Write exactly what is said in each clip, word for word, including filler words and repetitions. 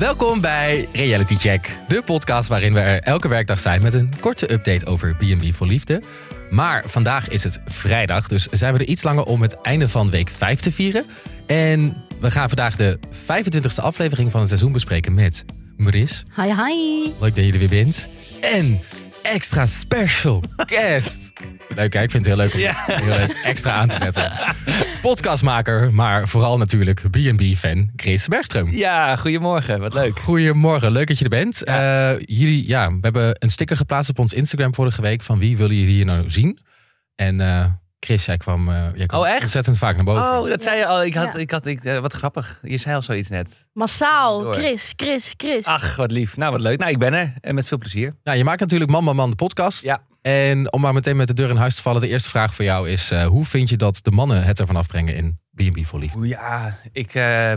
Welkom bij Reality Check, de podcast waarin we er elke werkdag zijn met een korte update over B en B voor liefde. Maar vandaag is het vrijdag, dus zijn we er iets langer om het einde van week vijf te vieren. En we gaan vandaag de vijfentwintigste aflevering van het seizoen bespreken met Maris. Hi, hi. Leuk dat je er weer bent. En extra special guest. Leuk hè, ik vind het heel leuk om het heel leuk extra aan te zetten. Podcastmaker, maar vooral natuurlijk B en B-fan Chris Bergström. Ja, goedemorgen. Wat leuk. Goedemorgen, leuk dat je er bent. Ja. Uh, jullie, ja, we hebben een sticker geplaatst op ons Instagram vorige week van wie willen jullie hier nou zien. En uh, Chris, jij kwam, uh, jij kwam oh, echt? ontzettend vaak naar boven. Oh, dat zei je al. Ik had, ja. ik had, ik, uh, wat grappig. Je zei al zoiets net. Massaal, Door. Chris, Chris, Chris. Ach, wat lief. Nou, wat leuk. Nou, ik ben er. En met veel plezier. Ja, je maakt natuurlijk Man, Man, Man de podcast. Ja. En om maar meteen met de deur in huis te vallen, de eerste vraag voor jou is, uh, hoe vind je dat de mannen het ervan afbrengen in B en B voor liefde? Ja, ik, uh,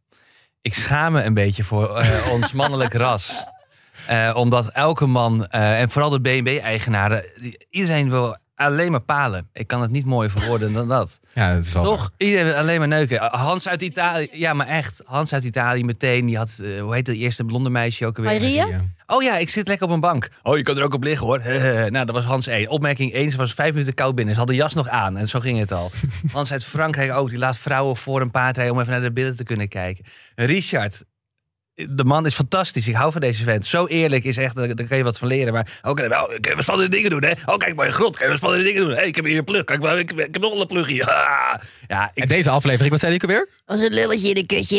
ik schaam me een beetje voor uh, ons mannelijk ras. Uh, omdat elke man, uh, en vooral de B en B-eigenaren, iedereen wil alleen maar palen. Ik kan het niet mooier verwoorden dan dat. Ja, dat is wel toch? waar. Iedereen wil alleen maar neuken. Hans uit Italië, ja, maar echt. Hans uit Italië meteen. Die had, uh, hoe heet dat eerste blonde meisje ook alweer? Maria? Oh ja, ik zit lekker op een bank. Oh, je kan er ook op liggen hoor. Nou, dat was Hans één. Opmerking één, ze was vijf minuten koud binnen. Ze had de jas nog aan en zo ging het al. Hans uit Frankrijk ook. Die laat vrouwen voor een paard rijden om even naar de beelden te kunnen kijken. Richard, de man is fantastisch. Ik hou van deze vent. Zo eerlijk is echt, daar kun je wat van leren. Maar ook, oh, kan je wat spannende dingen doen, hè? Oh, kijk maar je grot. Kan je wat spannende dingen doen? Hey, ik heb hier een plug. Kijk, ik, ik, ik heb nog een plug hier. Ja, ik... En deze aflevering, wat zei ik alweer? Was een lulletje in een kutje.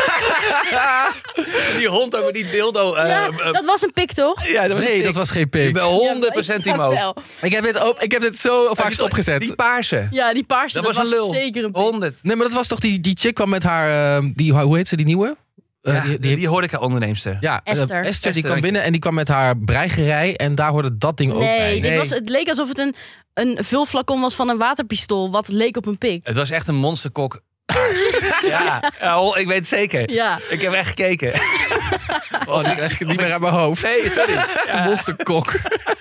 Ja. Die hond ook met die dildo. Uh, ja, uh, dat was een pik, toch? Ja, dat was nee, dat was geen pik. Wel honderd procent ja, Timo. ja, Ik heb dit, op, ik heb dit zo vaak stopgezet. Die paarse. Ja, die paarse, dat, dat was een lul. Zeker een pik. honderd. Nee, maar dat was toch die, die chick kwam met haar, uh, die, hoe heet ze, die nieuwe? Uh, ja, die, die, die horeca-onderneemster. Ja, Esther. Uh, Esther, Esther die kwam binnen en die kwam met haar breigerij en daar hoorde dat ding ook nee, bij. dit Nee, was, het leek alsof het een, een vulflacon was van een waterpistool, wat leek op een pik. Het was echt een monsterkok. Ja, ja, ik weet het zeker. Ja. Ik heb echt gekeken. Oh, die krijg ik niet meer uit mijn hoofd. Nee, sorry. Ja. Monsterkok.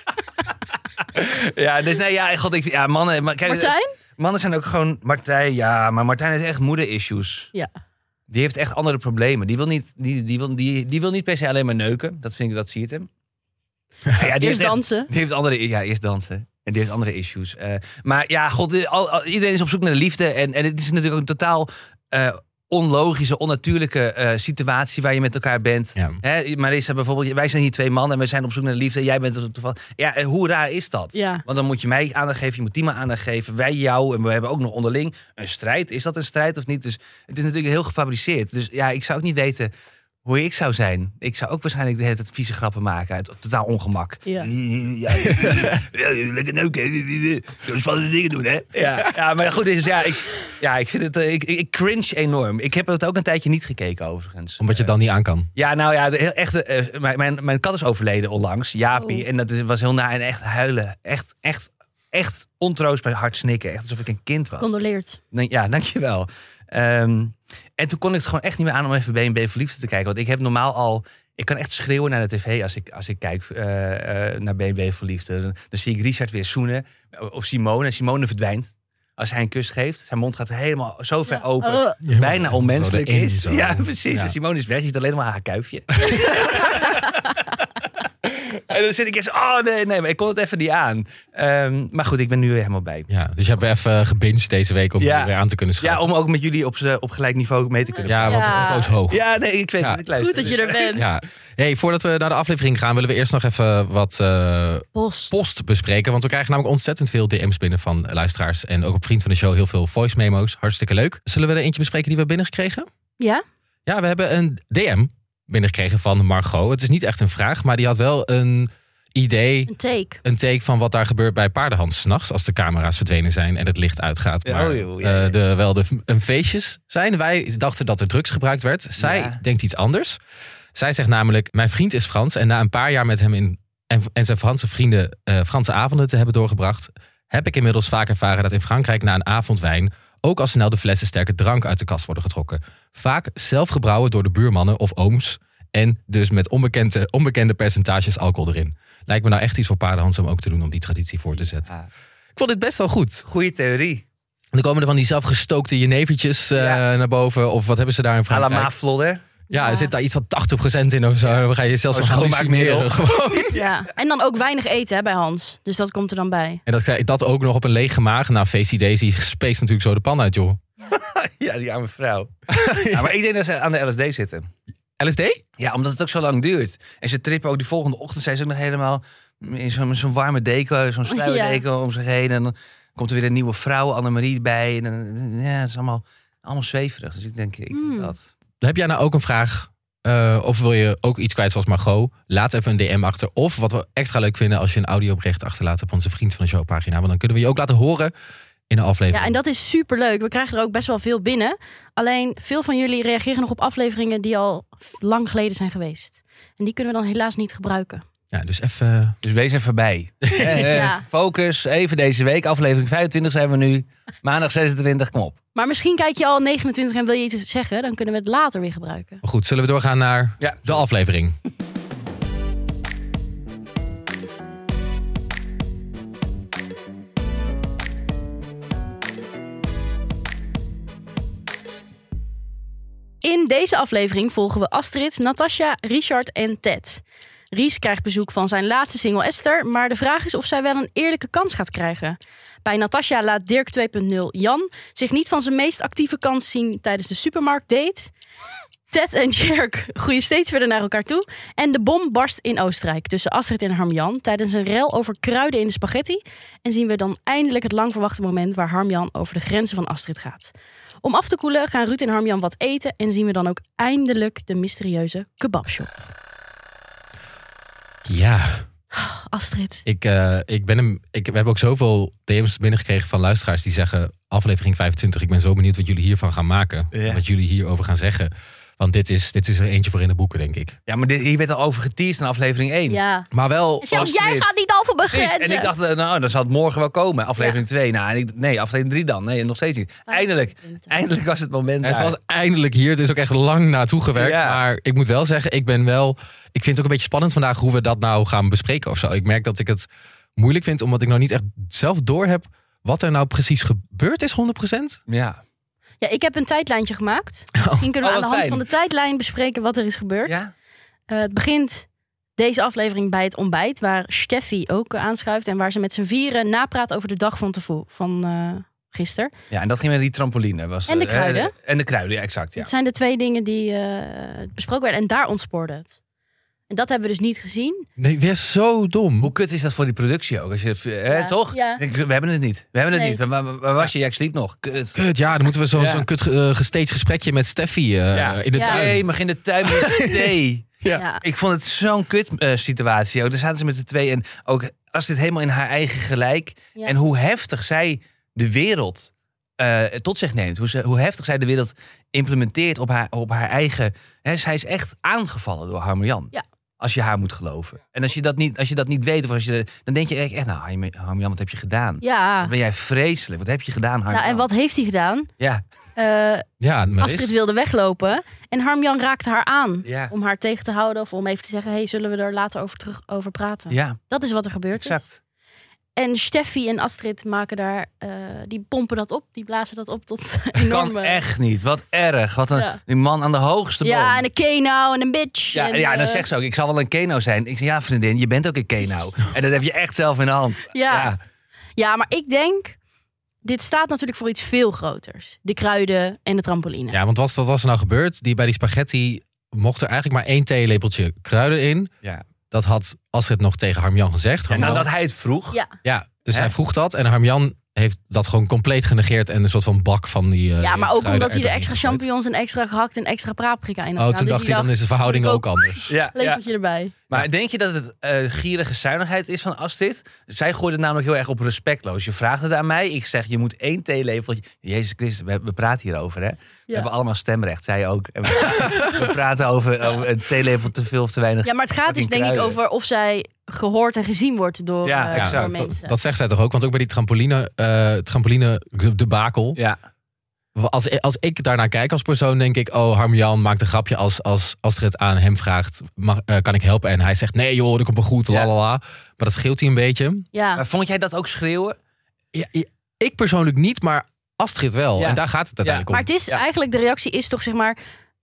Ja, dus nee, ja, god, ik, ja, mannen. Maar, kijk, Martijn? Mannen zijn ook gewoon Martijn, ja, maar Martijn heeft echt moeder-issues. Ja. Die heeft echt andere problemen. Die wil niet, die, die wil, die, die wil niet per se alleen maar neuken. Dat vind ik, dat zie je het hem. Ja, die Eerst heeft dansen. Echt, die heeft andere, ja, eerst dansen. En die heeft andere issues. Uh, maar ja, god, al, al, iedereen is op zoek naar de liefde. En, en het is natuurlijk ook een totaal uh, onlogische, onnatuurlijke uh, situatie waar je met elkaar bent. Ja. Hè, Marissa bijvoorbeeld, wij zijn hier twee mannen en we zijn op zoek naar de liefde. En jij bent er toevallig. Ja, hoe raar is dat? Ja. Want dan moet je mij aandacht geven, je moet Timo aandacht geven, wij jou. En we hebben ook nog onderling een strijd. Is dat een strijd of niet? Dus het is natuurlijk heel gefabriceerd. Dus ja, ik zou ook niet weten hoe ik zou zijn. Ik zou ook waarschijnlijk de hele tijd vieze grappen maken uit totaal ongemak. Ja. Ja, ja, lekker neuken. Spannende dingen doen, hè? Ja, ja maar goed, dus ja, ik, ja, ik vind het, ik, ik cringe enorm. Ik heb het ook een tijdje niet gekeken, overigens. Omdat je het dan niet aan kan. Ja, nou ja, de, echt, uh, mijn, mijn, mijn kat is overleden onlangs, Jaapie. Oh. En dat was heel na en echt huilen. Echt, echt, echt ontroostbaar hard snikken. Echt alsof ik een kind was. Condoleerd. Ja, dankjewel. Um, en toen kon ik het gewoon echt niet meer aan om even B en B voor liefde te kijken. Want ik heb normaal al... Ik kan echt schreeuwen naar de tv als ik, als ik kijk uh, uh, naar B en B voor liefde. Dan, dan zie ik Richard weer zoenen. Of Simone. En Simone verdwijnt. Als hij een kus geeft. Zijn mond gaat helemaal zo ver open. Uh, bijna onmenselijk is. Zo. Ja, precies. Ja. En Simone is weg. Je ziet alleen maar haar kuifje. En dan zit ik eens, oh nee, nee, maar ik kon het even niet aan. Um, maar goed, ik ben nu weer helemaal bij. Ja, dus je hebt even gebinged deze week om ja. weer aan te kunnen schaffen. Ja, om ook met jullie op, op gelijk niveau mee te kunnen. Ja, want het niveau is hoog. Ja, nee, ik weet ja. het, ik luister. Goed dat je er bent. Ja. Hey, voordat we naar de aflevering gaan, willen we eerst nog even wat uh, post. post bespreken. Want we krijgen namelijk ontzettend veel D M's binnen van luisteraars. En ook op Vriend van de Show heel veel voice memo's. Hartstikke leuk. Zullen we er eentje bespreken die we binnengekregen? Ja. Ja, we hebben een D M binnengekregen van Margot. Het is niet echt een vraag, maar die had wel een idee. Een take. Een take van wat daar gebeurt bij Paardenhans 's nachts als de camera's verdwenen zijn en het licht uitgaat. Ja, maar oh joh, ja, ja. Uh, de, wel de, een feestjes zijn. Wij dachten dat er drugs gebruikt werd. Zij ja. denkt iets anders. Zij zegt namelijk, mijn vriend is Frans en na een paar jaar met hem in en, en zijn Franse vrienden uh, Franse avonden te hebben doorgebracht, heb ik inmiddels vaak ervaren dat in Frankrijk na een avond wijn ook al snel de flessen sterke drank uit de kast worden getrokken. Vaak zelf gebrouwen door de buurmannen of ooms en dus met onbekende, onbekende percentages alcohol erin. Lijkt me nou echt iets voor Paardenhans om ook te doen om die traditie voor te zetten. Ja. Ik vond dit best wel goed. Goeie theorie. Dan komen er van die zelfgestookte jenevertjes uh, ja. naar boven. Of wat hebben ze daar in Frankrijk? Allemaal vlodder. Ja, Ja. er zit daar iets van tachtig procent in of zo. Dan ga je zelfs Oh, van hallucineren. schoonmaakmiddel. Gewoon. Ja. En dan ook weinig eten hè, bij Hans. Dus dat komt er dan bij. En dat, krijg- dat ook nog op een lege maag. Na feestie Daisy speest natuurlijk zo de pan uit, joh. Ja, die arme vrouw. Ja, maar ik denk dat ze aan de L S D zitten. L S D? Ja, omdat het ook zo lang duurt. En ze trippen ook die volgende ochtend, zijn ze ook nog helemaal in zo'n zo'n warme deken, zo'n sluierdeken om zich heen. En dan komt er weer een nieuwe vrouw, Annemarie, bij. En dan, ja, het is allemaal, allemaal zweverig. Dus ik denk, ik Hmm. denk dat. Heb jij nou ook een vraag? Uh, of wil je ook iets kwijt zoals Margot? Laat even een D M achter. Of wat we extra leuk vinden als je een audiobericht achterlaat op onze Vriend van de Show pagina. Want dan kunnen we je ook laten horen in de aflevering. Ja, en dat is superleuk. We krijgen er ook best wel veel binnen. Alleen veel van jullie reageren nog op afleveringen die al lang geleden zijn geweest. En die kunnen we dan helaas niet gebruiken. Ja, dus even... Dus wees even bij. eh, eh, Ja. Focus, even deze week. Aflevering vijfentwintig zijn we nu. Maandag zesentwintig, kom op. Maar misschien kijk je al negenentwintig en wil je iets zeggen. Dan kunnen we het later weer gebruiken. Maar goed, zullen we doorgaan naar Ja. de aflevering? In deze aflevering volgen we Astrid, Natasja, Richard en Ted. Ries krijgt bezoek van zijn laatste single Esther, maar de vraag is of zij wel een eerlijke kans gaat krijgen. Bij Natasja laat Dirk twee punt nul Jan zich niet van zijn meest actieve kans zien tijdens de supermarktdate. Ted en Jerk groeien steeds verder naar elkaar toe. En de bom barst in Oostenrijk tussen Astrid en Harmjan tijdens een rel over kruiden in de spaghetti. En zien we dan eindelijk het lang verwachte moment waar Harmjan over de grenzen van Astrid gaat. Om af te koelen gaan Ruud en Harmjan wat eten en zien we dan ook eindelijk de mysterieuze kebabshop. Ja, Astrid. ik, uh, ik ben hem. Ik, we hebben ook zoveel D M's binnengekregen van luisteraars die zeggen: aflevering vijfentwintig, ik ben zo benieuwd wat jullie hiervan gaan maken. Ja. Wat jullie hierover gaan zeggen. Want dit is, dit is er eentje voor in de boeken, denk ik. Ja, maar dit, hier werd al over geteased in aflevering één. Ja. Maar wel. Zelfs jij Astrid. gaat niet over mijn Precies. grenzen. En ik dacht, eh, nou, dan zal het morgen wel komen. Aflevering twee. Nou, en ik, nee, aflevering drie dan. Nee, nog steeds niet. Eindelijk. Eindelijk was het moment Het daar. was eindelijk hier. Het is ook echt lang naartoe gewerkt. Ja. Maar ik moet wel zeggen, ik ben wel. Ik vind het ook een beetje spannend vandaag hoe we dat nou gaan bespreken of zo. Ik merk dat ik het moeilijk vind, omdat ik nou niet echt zelf door heb wat er nou precies gebeurd is, honderd procent. Ja. Ja, ik heb een tijdlijntje gemaakt. Misschien kunnen we Oh, aan wat de hand fijn. van de tijdlijn bespreken wat er is gebeurd. Ja? Uh, het begint deze aflevering bij het ontbijt, waar Steffi ook uh, aanschuift. En waar ze met z'n vieren napraat over de dag van, tevoren, van uh, gisteren. Ja, en dat ging met die trampoline. Was, En de eh, kruiden. eh, en de kruiden, ja, exact. Ja. Het zijn de twee dingen die uh, besproken werden. En daar ontspoorde het. En dat hebben we dus niet gezien. Nee, weer zo dom. Hoe kut is dat voor die productie ook? Als je het, hè, Ja, toch? ja. Ik- We hebben het niet. We hebben het Nee. niet. Waar, waar- waar was je? Ja, ik sliep nog. Kut. Kut, ja, dan moeten we zo'n Ja. zo'n kut uh, gesteeds gesprekje met Steffi uh, Ja. in de Ja. tuin. Nee, mag in de tuin met thee. Ja. Ja. Ik vond het zo'n kut uh, situatie. Ook. Daar zaten ze met de twee. En ook als dit helemaal in haar eigen gelijk. Ja. En hoe heftig zij de wereld uh, tot zich neemt. Hoe, ze, hoe heftig zij de wereld implementeert op haar, op haar eigen. Hè, zij is echt aangevallen door Harmjan. Ja. Als je haar moet geloven. En als je dat niet, als je dat niet weet, of als je, dan denk je echt, echt nou, Harmjan, wat heb je gedaan? Ja. Wat ben jij vreselijk? Wat heb je gedaan, Harmjan? Nou, en wat heeft hij gedaan? Ja, Uh, Ja, maar Astrid is... wilde weglopen. En Harmjan raakte haar aan. ja, Om haar tegen te houden. Of om even te zeggen, hey, zullen we er later over, terug over praten? ja, Dat is wat er gebeurt. exact. En Steffi en Astrid maken daar, uh, die pompen dat op. Die blazen dat op tot Kan enorme... echt niet. Wat erg. Wat een Ja. die man aan de hoogste boom. Ja, en een Keno en een bitch. Ja, en, ja, en dan uh, zegt ze ook, ik zal wel een Keno zijn. Ik zeg, ja vriendin, je bent ook een Keno. En dat heb je echt zelf in de hand. Ja. Ja, maar ik denk, dit staat natuurlijk voor iets veel groters. De kruiden en de trampoline. Ja, want wat, wat was er nou gebeurd? Die, bij die spaghetti mocht er eigenlijk maar één theelepeltje kruiden in. Ja. Dat had Astrid nog tegen Harmjan gezegd. Ja, Harmjan- nadat hij het vroeg. Ja. Ja, dus Hè? hij vroeg dat. En Harmjan heeft dat gewoon compleet genegeerd. En een soort van bak van die uh, Ja, maar ook kruiden omdat hij er doorheen extra gegooid. champignons en extra gehakt en extra paprika in had Oh, gedaan. toen Dus dacht hij, dan is de verhouding ik ook ook- anders. Ja, ja. lepeltje erbij. Maar denk je dat het uh, gierige zuinigheid is van Astrid? Zij gooide het namelijk heel erg op respectloos. Je vraagt het aan mij. Ik zeg, je moet één theelepeltje... Jezus Christus, we, we praten hierover, hè? We hebben allemaal stemrecht, zij ook. En we, we praten over, over een theelepel te veel of te weinig. Ja, maar het gaat dus fucking denk ik kruiden. over of zij gehoord en gezien wordt door, Ja, uh, exact. door dat, mensen. dat zegt zij toch ook? Want ook bij die trampoline, uh, trampoline debakel. Ja, Als, als ik daarnaar kijk als persoon, denk ik... oh, Harmjan maakt een grapje als, als Astrid aan hem vraagt... Mag, uh, kan ik helpen? En hij zegt, nee joh, dat komt wel goed, Ja. lalala. Maar dat scheelt hij een beetje. Ja. maar vond jij dat ook schreeuwen? Ja, ja, ik persoonlijk niet, maar Astrid wel. Ja. En daar gaat het uiteindelijk Maar om. het is Ja. eigenlijk, de reactie is toch zeg maar...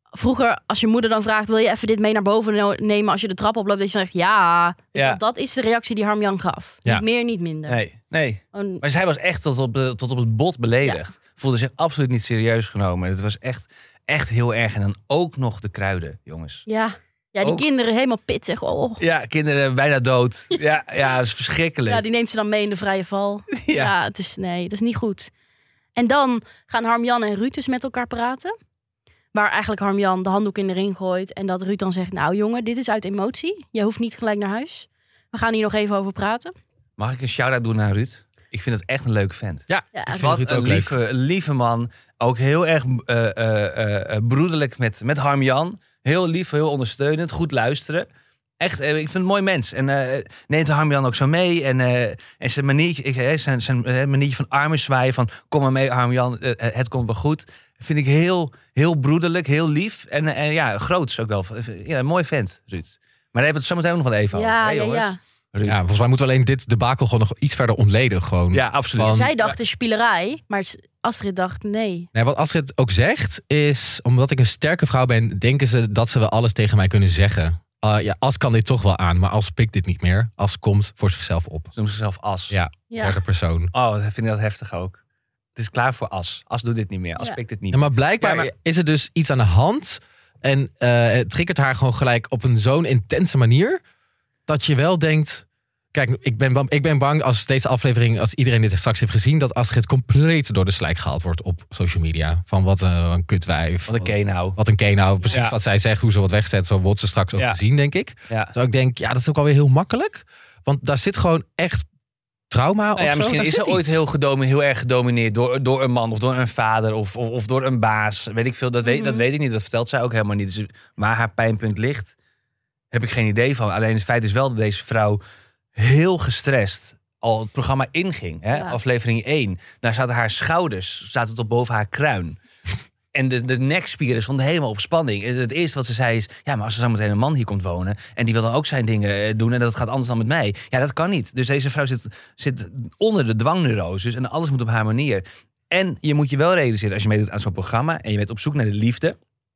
vroeger, als je moeder dan vraagt... wil je even dit mee naar boven no- nemen als je de trap oploopt... dat je dan zegt ja. Ja. Want dat is de reactie die Harmjan gaf. Ja. Niet meer, niet minder. Nee, nee. En- Maar zij was echt tot op, de, tot op het bot beledigd. Voelde zich absoluut niet serieus genomen. Het was echt, echt heel erg. En dan ook nog de kruiden, jongens. ja. ja, die Ook- kinderen helemaal pittig. Oh. Ja, kinderen bijna dood. Ja, ja, dat is verschrikkelijk. Ja, die neemt ze dan mee in de vrije val. Ja. Ja, het is, nee, het is niet goed. En dan gaan Harmjan en Ruud dus met elkaar praten. Waar eigenlijk Harmjan de handdoek in de ring gooit. En dat Ruud dan zegt, nou jongen, dit is uit emotie. Je hoeft niet gelijk naar huis. We gaan hier nog even over praten. Mag ik een shout-out doen naar Ruud? Ik vind het echt een leuke vent. Ja, Ja, ik vind Wat het een ook leuk. lieve, lieve man. Ook heel erg uh, uh, uh, broederlijk met, met Harmjan. Heel lief, heel ondersteunend. Goed luisteren. Echt, uh, ik vind het een mooi mens. En uh, neemt Harmjan ook zo mee. En, uh, en zijn maniertje, ik, uh, zijn, zijn uh, maniertje van armen zwaaien. Van kom maar mee Harmjan, uh, het komt wel goed. Vind ik heel, heel broederlijk, heel lief. En, uh, en ja, groots ook wel. Ja, een mooi vent, Ruud. Maar daar hebben we het zo meteen ook nog wel even over. Ja, Hè, ja, jongens? ja. Ruud. Ja, volgens mij moeten we alleen dit debakel gewoon nog iets verder ontleden. Gewoon. Ja, absoluut. Van- Zij dacht de spielerij, maar Astrid dacht nee. Nee, wat Astrid ook zegt is, omdat ik een sterke vrouw ben, denken ze dat ze wel alles tegen mij kunnen zeggen. Uh, ja, As kan dit toch wel aan, maar As pikt dit niet meer. As komt voor zichzelf op. Ze noemen zichzelf As. Ja, Ja. derde persoon. Oh, dat vind ik dat heftig ook. Het is klaar voor As. As doet dit niet meer. As Ja. pikt het niet Ja, maar blijkbaar Ja, maar- is er dus iets aan de hand. En uh, het triggert haar gewoon gelijk op een zo'n intense manier. Dat je wel denkt... Kijk, ik ben, bang- ik ben bang als deze aflevering, als iedereen dit straks heeft gezien, dat Astrid compleet door de slijk gehaald wordt op social media. Van wat een, een kutwijf. Wat een K nou. Wat een K nou. Precies Ja. wat zij zegt, hoe ze wat wegzet. Zo wordt ze straks ook Ja. gezien, denk ik. Ja. Terwijl ik denk, ja, dat is ook alweer heel makkelijk. Want daar zit gewoon echt trauma Nou of ja, zo. misschien Daar is ze zit ooit iets. heel, gedome, heel erg gedomineerd door, door een man of door een vader of, of, of door een baas. Weet ik veel, dat weet, Mhm. dat weet ik niet. Dat vertelt zij ook helemaal niet. Dus, maar haar pijnpunt ligt, heb ik geen idee van. Alleen het feit is wel dat deze vrouw heel gestrest al het programma inging. Hè? Ja. Aflevering één. Daar zaten haar schouders, zaten tot boven haar kruin. En de, de nekspieren stonden helemaal op spanning. Het eerste wat ze zei is, ja, maar als er zo meteen een man hier komt wonen en die wil dan ook zijn dingen eh, doen en dat gaat anders dan met mij. Ja, dat kan niet. Dus deze vrouw zit, zit onder de dwangneuroses en alles moet op haar manier. En je moet je wel realiseren, als je meedoet aan zo'n programma en je bent op zoek naar de liefde,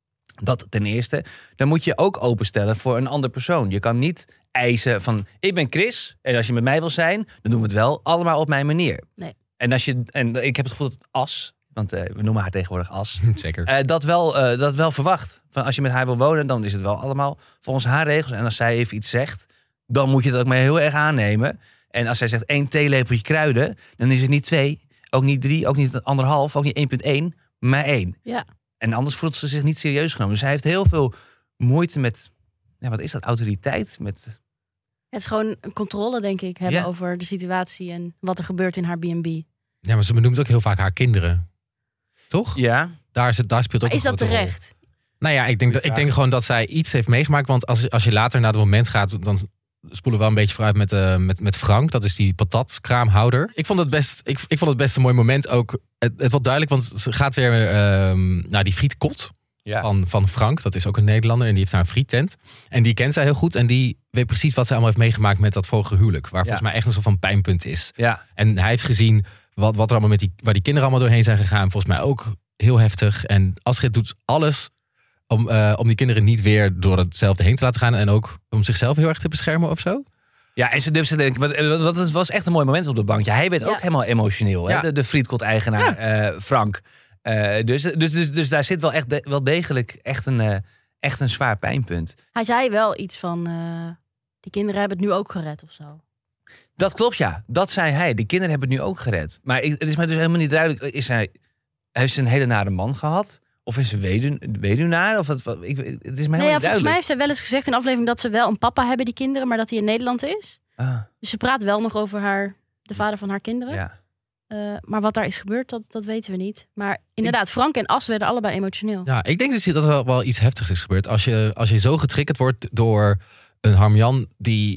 dat ten eerste, dan moet je ook openstellen voor een ander persoon. Je kan niet eisen van, ik ben Chris en als je met mij wil zijn, dan doen we het wel allemaal op mijn manier. Nee. En, als je, en ik heb het gevoel dat As, want uh, we noemen haar tegenwoordig As, Zeker. uh, dat, wel, uh, dat wel verwacht. Van als je met haar wil wonen, dan is het wel allemaal volgens haar regels. En als zij even iets zegt, dan moet je dat ook maar heel erg aannemen. En als zij zegt één theelepeltje kruiden, dan is het niet twee, ook niet drie, ook niet anderhalf, ook niet één komma één, maar één. Ja. En anders voelt ze zich niet serieus genomen. Dus zij heeft heel veel moeite met, ja, wat is dat, autoriteit? Met... Het is gewoon een controle, denk ik, hebben Ja. over de situatie en wat er gebeurt in haar B en B. Ja, maar ze benoemt ook heel vaak haar kinderen. Toch? Ja, Daar, is het, daar speelt ook Maar is een dat grote rol. terecht? Nou ja, ik denk, dat, ik denk gewoon dat zij iets heeft meegemaakt. Want als, als je later naar het moment gaat, dan spoelen we wel een beetje vooruit met, uh, met, met Frank. Dat is die patatkraamhouder. Ik vond het best, ik, ik vond het best een mooi moment ook. Het, het was duidelijk, want ze gaat weer uh, naar die frietkot ja. van, van Frank. Dat is ook een Nederlander en die heeft daar een friettent. En die kent zij heel goed en die weet precies wat zij allemaal heeft meegemaakt met dat vorige huwelijk. Waar Ja. volgens mij echt een soort van pijnpunt is. ja. En hij heeft gezien wat, wat er allemaal met die, waar die kinderen allemaal doorheen zijn gegaan. Volgens mij ook heel heftig. En Astrid doet alles om, uh, om die kinderen niet weer door hetzelfde heen te laten gaan. En ook om zichzelf heel erg te beschermen of zo. Ja, en ze durft te denken, want, want het was echt een mooi moment op de bankje. Hij werd Ja. ook helemaal emotioneel, hè? Ja. De, de frietkot-eigenaar eh, Frank. Uh, dus, dus, dus, dus daar zit wel, echt de, wel degelijk echt een, uh, echt een zwaar pijnpunt. Hij zei wel iets van, uh, die kinderen hebben het nu ook gered of zo. Dat klopt, ja. Dat zei hij. Die kinderen hebben het nu ook gered. Maar ik, het is mij dus helemaal niet duidelijk. Is hij, heeft ze een hele nare man gehad? Of is ze wedu, weduwnaar? Of het, ik, het is mij helemaal Nee, ja, niet volgens mij duidelijk. heeft zij wel eens gezegd in de aflevering dat ze wel een papa hebben, die kinderen, maar dat hij in Nederland is. Ah, Dus ze praat wel nog over haar, de vader van haar kinderen. ja. Uh, maar wat daar is gebeurd, dat, dat weten we niet. Maar inderdaad, Frank en As werden allebei emotioneel. Ja, ik denk dus dat er wel, wel iets heftigs is gebeurd. Als je, als je zo getriggerd wordt door een Harmjan die...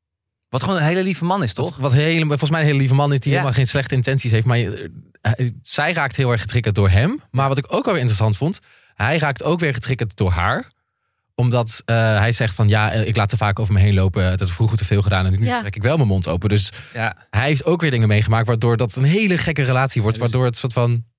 Wat gewoon een hele lieve man is, toch? Wat, wat hele, volgens mij een hele lieve man is die Ja. helemaal geen slechte intenties heeft. Maar je, uh, zij raakt heel erg getriggerd door hem. Maar wat ik ook alweer interessant vond, hij raakt ook weer getriggerd door haar. Omdat uh, hij zegt van ja, ik laat te vaak over me heen lopen. Dat heb ik vroeger te veel gedaan en nu Ja. trek ik wel mijn mond open. Dus Ja. hij heeft ook weer dingen meegemaakt waardoor dat een hele gekke relatie wordt. Ja, dus- Waardoor het soort van...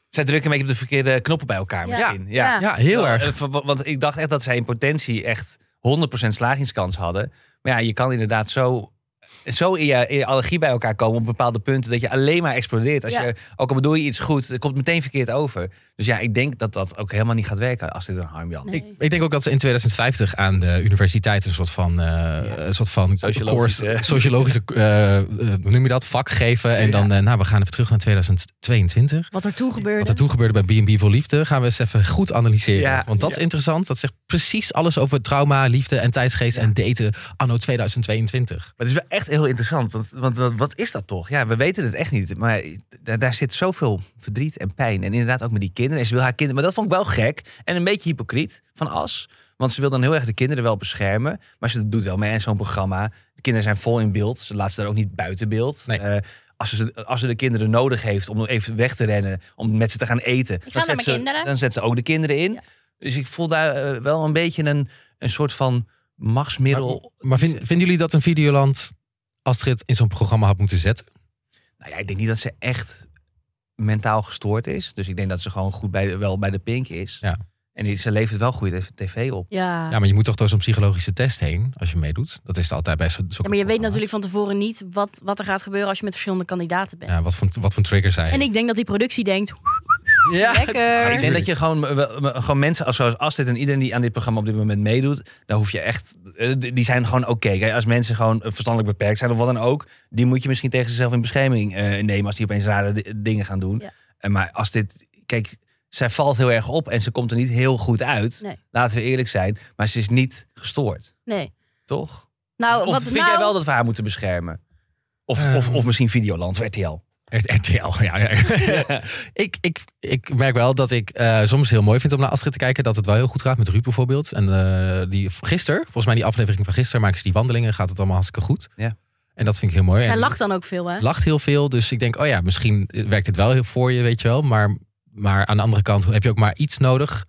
Zij drukken een beetje op de verkeerde knoppen bij elkaar Ja. misschien. Ja. Ja. Ja, heel Ja, erg. eh, wa- Want ik dacht echt dat zij in potentie echt honderd procent slagingskans hadden. Maar ja, je kan inderdaad zo, zo in, je, in je allergie bij elkaar komen op bepaalde punten dat je alleen maar explodeert. Als Ja. je, ook al bedoel je iets goed, het komt meteen verkeerd over. Dus ja, ik denk dat dat ook helemaal niet gaat werken als dit een Harmjan. Nee. Ik, ik denk ook dat ze in tweeduizend vijftig aan de universiteit een soort van, uh, een soort van Sociologische- course, sociologische uh, uh, hoe noem je dat, vak geven. En dan, uh, nou, we gaan even terug naar tweeduizend tweeëntwintig. Wat er toen gebeurde. Wat er toen gebeurde bij B en B voor Liefde, gaan we eens even goed analyseren. Ja, Want dat ja. is interessant. Dat zegt precies alles over trauma, liefde en tijdsgeest Ja. en daten anno tweeduizend tweeëntwintig. Maar het is wel echt heel interessant. Want, want wat, wat is dat toch? Ja, we weten het echt niet. Maar daar, daar zit zoveel verdriet en pijn. En inderdaad ook met die kinderen. En ze wil haar kinderen. Maar dat vond ik wel gek. En een beetje hypocriet van As. Want ze wil dan heel erg de kinderen wel beschermen. Maar ze doet wel mee in zo'n programma. De kinderen zijn vol in beeld. Ze laat ze daar ook niet buiten beeld. Nee. Uh, als, ze, als ze de kinderen nodig heeft om nog even weg te rennen. Om met ze te gaan eten. ga Dan naar zet, mijn ze, kinderen. dan zet ze ook de kinderen in. Ja. Dus ik voel daar uh, wel een beetje een, een soort van machtsmiddel. Maar, maar vind, vinden jullie dat een Videoland Astrid in zo'n programma had moeten zetten? Nou ja, ik denk niet dat ze echt mentaal gestoord is. Dus ik denk dat ze gewoon goed bij de, wel bij de pink is. Ja. En die, ze levert wel goede tv op. Ja. Ja, maar je moet toch door zo'n psychologische test heen als je meedoet. Dat is het altijd bij zo'n Ja, maar je weet natuurlijk van tevoren niet wat, wat er gaat gebeuren als je met verschillende kandidaten bent. Ja, wat voor, wat voor trigger zij. En ik denk dat die productie denkt, ja, lekker. Maar ik denk dat je gewoon, gewoon mensen als, zoals Astrid en iedereen die aan dit programma op dit moment meedoet, daar hoef je echt, die zijn gewoon oké. Okay. Als mensen gewoon verstandelijk beperkt zijn of wat dan ook, die moet je misschien tegen zichzelf in bescherming uh, nemen als die opeens rare d- dingen gaan doen. Ja. En maar als dit, kijk, zij valt heel erg op en ze komt er niet heel goed uit. Nee. Laten we eerlijk zijn, maar ze is niet gestoord, Nee. toch? Nou, Of wat vind nou, jij wel dat we haar moeten beschermen? Of, Um, of, of misschien Videoland, R T L? R T L, ja. ja. ik, ik, ik merk wel dat ik uh, soms heel mooi vind om naar Astrid te kijken. Dat het wel heel goed gaat met Ruud bijvoorbeeld. En uh, die gisteren, volgens mij die aflevering van gisteren, maken ze die wandelingen. Gaat het allemaal hartstikke goed. Ja. En dat vind ik heel mooi. Zij en lacht dan ook veel, hè? lacht heel veel. Dus ik denk, oh ja, misschien werkt het wel heel voor je, weet je wel. Maar, maar aan de andere kant heb je ook maar iets nodig.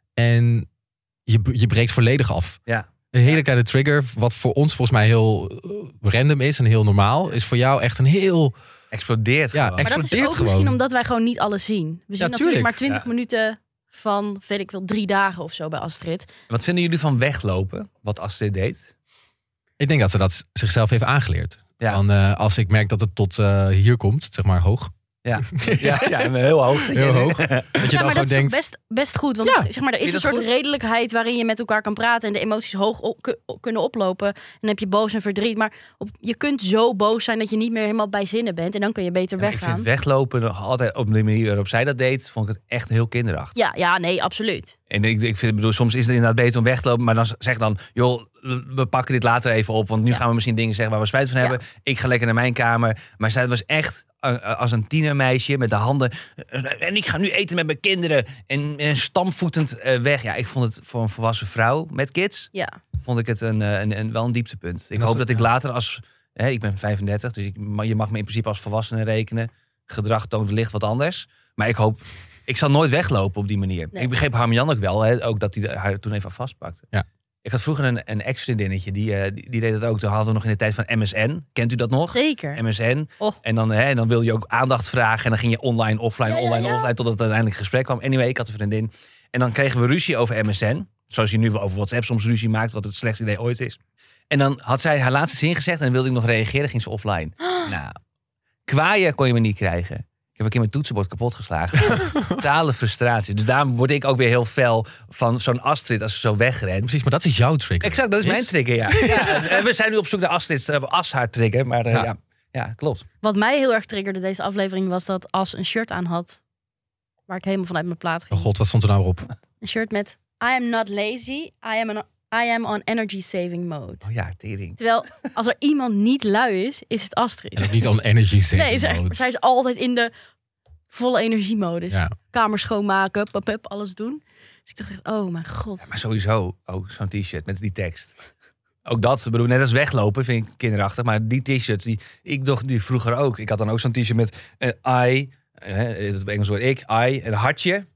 En je, je breekt volledig af. Ja. Een hele kleine trigger, wat voor ons volgens mij heel random is en heel normaal, is voor jou echt een heel... Explodeert Ja, gewoon. ex- Maar dat is explodeert ook gewoon. misschien omdat wij gewoon niet alles zien. We zien natuurlijk tuurlijk. maar twintig Ja. minuten van, weet ik veel, drie dagen of zo bij Astrid. Wat vinden jullie van weglopen, wat Astrid deed? Ik denk dat ze dat zichzelf heeft aangeleerd. Ja. Van, uh, als ik merk dat het tot uh, hier komt, zeg maar hoog. Ja, ja, ja heel hoog. zit je Heel nu. hoog. Dat je Ja, dan maar gewoon dat is denkt, toch best, best goed. Want Ja. zeg maar, er Vind is je een dat soort goed? redelijkheid waarin je met elkaar kan praten en de emoties hoog op, ku- kunnen oplopen. En dan heb je boos en verdriet. Maar op, je kunt zo boos zijn dat je niet meer helemaal bij zinnen bent. En dan kun je beter Ja, ik weggaan. vind weglopen nog altijd op de manier waarop zij dat deed, vond ik het echt heel kinderachtig. Ja, ja, nee, absoluut. En ik, ik vind, bedoel, soms is het inderdaad beter om weg te lopen, maar dan zeg dan, joh, we pakken dit later even op, want nu Ja. gaan we misschien dingen zeggen waar we spijt van hebben. Ik ga lekker naar mijn kamer. Maar zij was echt uh, als een tienermeisje met de handen. Uh, en ik ga nu eten met mijn kinderen. En, en stampvoetend uh, weg. Ja, ik vond het voor een volwassen vrouw met kids, Ja. vond ik het een, uh, een, een, wel een dieptepunt. Ik En als hoop het- dat ik ja. later als, hè, ik ben vijfendertig, dus ik, je mag me in principe als volwassene rekenen. Gedrag toont wellicht wat anders. Maar ik hoop, ik zal nooit weglopen op die manier. Nee. Ik begreep Harmjan ook wel, hè, ook dat hij haar toen even vastpakte. Ja. Ik had vroeger een, een ex-vriendinnetje, die, uh, die, die deed dat ook. Toen hadden we nog in de tijd van M S N. Kent u dat nog? Zeker. M S N. Oh. En dan, hè, dan wilde je ook aandacht vragen. En dan ging je online, offline, Ja, ja, online, ja. offline. Totdat het uiteindelijk gesprek kwam. Anyway, ik had een vriendin. En dan kregen we ruzie over M S N. Zoals je nu wel over WhatsApp soms ruzie maakt. Wat het slechtste idee ooit is. En dan had zij haar laatste zin gezegd. En dan wilde ik nog reageren. Ging ze offline. Nou, kwaaien kon je me niet krijgen. Ik heb een keer mijn toetsenbord kapot geslagen. Totale frustratie. Dus daarom word ik ook weer heel fel van zo'n Astrid als ze zo wegrent. precies, maar dat is jouw trigger. Exact, dat is Yes. mijn trigger, ja. ja. En we zijn nu op zoek naar Astrid, uh, As haar trigger. Maar uh, Ja. ja. Ja, klopt. Wat mij heel erg triggerde deze aflevering was dat As een shirt aan had. Waar ik helemaal vanuit mijn plaat ging. Oh god, wat stond er nou weer op? Een shirt met I am not lazy, I am, an, I am on energy saving mode. Oh ja, tering. Terwijl als er iemand niet lui is, is het Astrid. En ook niet on energy saving Nee, zij, mode. zij is altijd in de volle energiemodus. Ja. Kamer schoonmaken, pap, pap, alles doen. Dus ik dacht echt, oh mijn god. Maar sowieso ook zo'n t-shirt met die tekst. Ook dat, ik bedoel, net als weglopen vind ik kinderachtig. Maar die t-shirts, die, ik dacht die vroeger ook. Ik had dan ook zo'n t-shirt met uh, I, uh, het Engels woord ik, I, een hartje.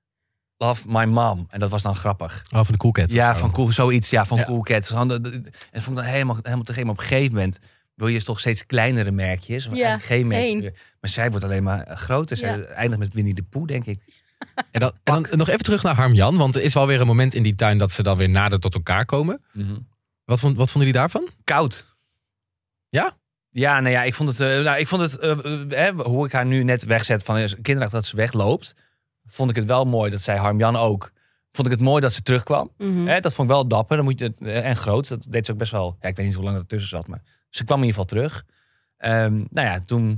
Love my mom. En dat was dan grappig. Oh, van de Cool Cat. Ja, of zo. van cool, zoiets. Ja, van Ja. Cool Cat. En dat vond ik dan helemaal, helemaal te gek. Maar op een gegeven moment wil je toch steeds kleinere merkjes. Of Ja, eigenlijk geen merkjes geen. meer. Maar zij wordt alleen maar groter. Zij Ja. eindigt met Winnie de Pooh, denk ik. En dan, en dan nog even terug naar Harmjan. Want er is wel weer een moment in die tuin dat ze dan weer nader tot elkaar komen. Mm-hmm. Wat, vond, wat vonden jullie daarvan? Koud. Ja? Ja, nou ja, ik vond het... Uh, nou, ik vond het uh, uh, uh, hoe ik haar nu net wegzet van kinderachtig dat ze wegloopt. Vond ik het wel mooi dat zij Harmjan ook... Vond ik het mooi dat ze terugkwam. Mm-hmm. Hè, dat vond ik wel dapper. Dan moet je, uh, en groot. Dat deed ze ook best wel... Ja, ik weet niet hoe lang dat tussen zat. Maar ze kwam in ieder geval terug. Um, nou ja, toen...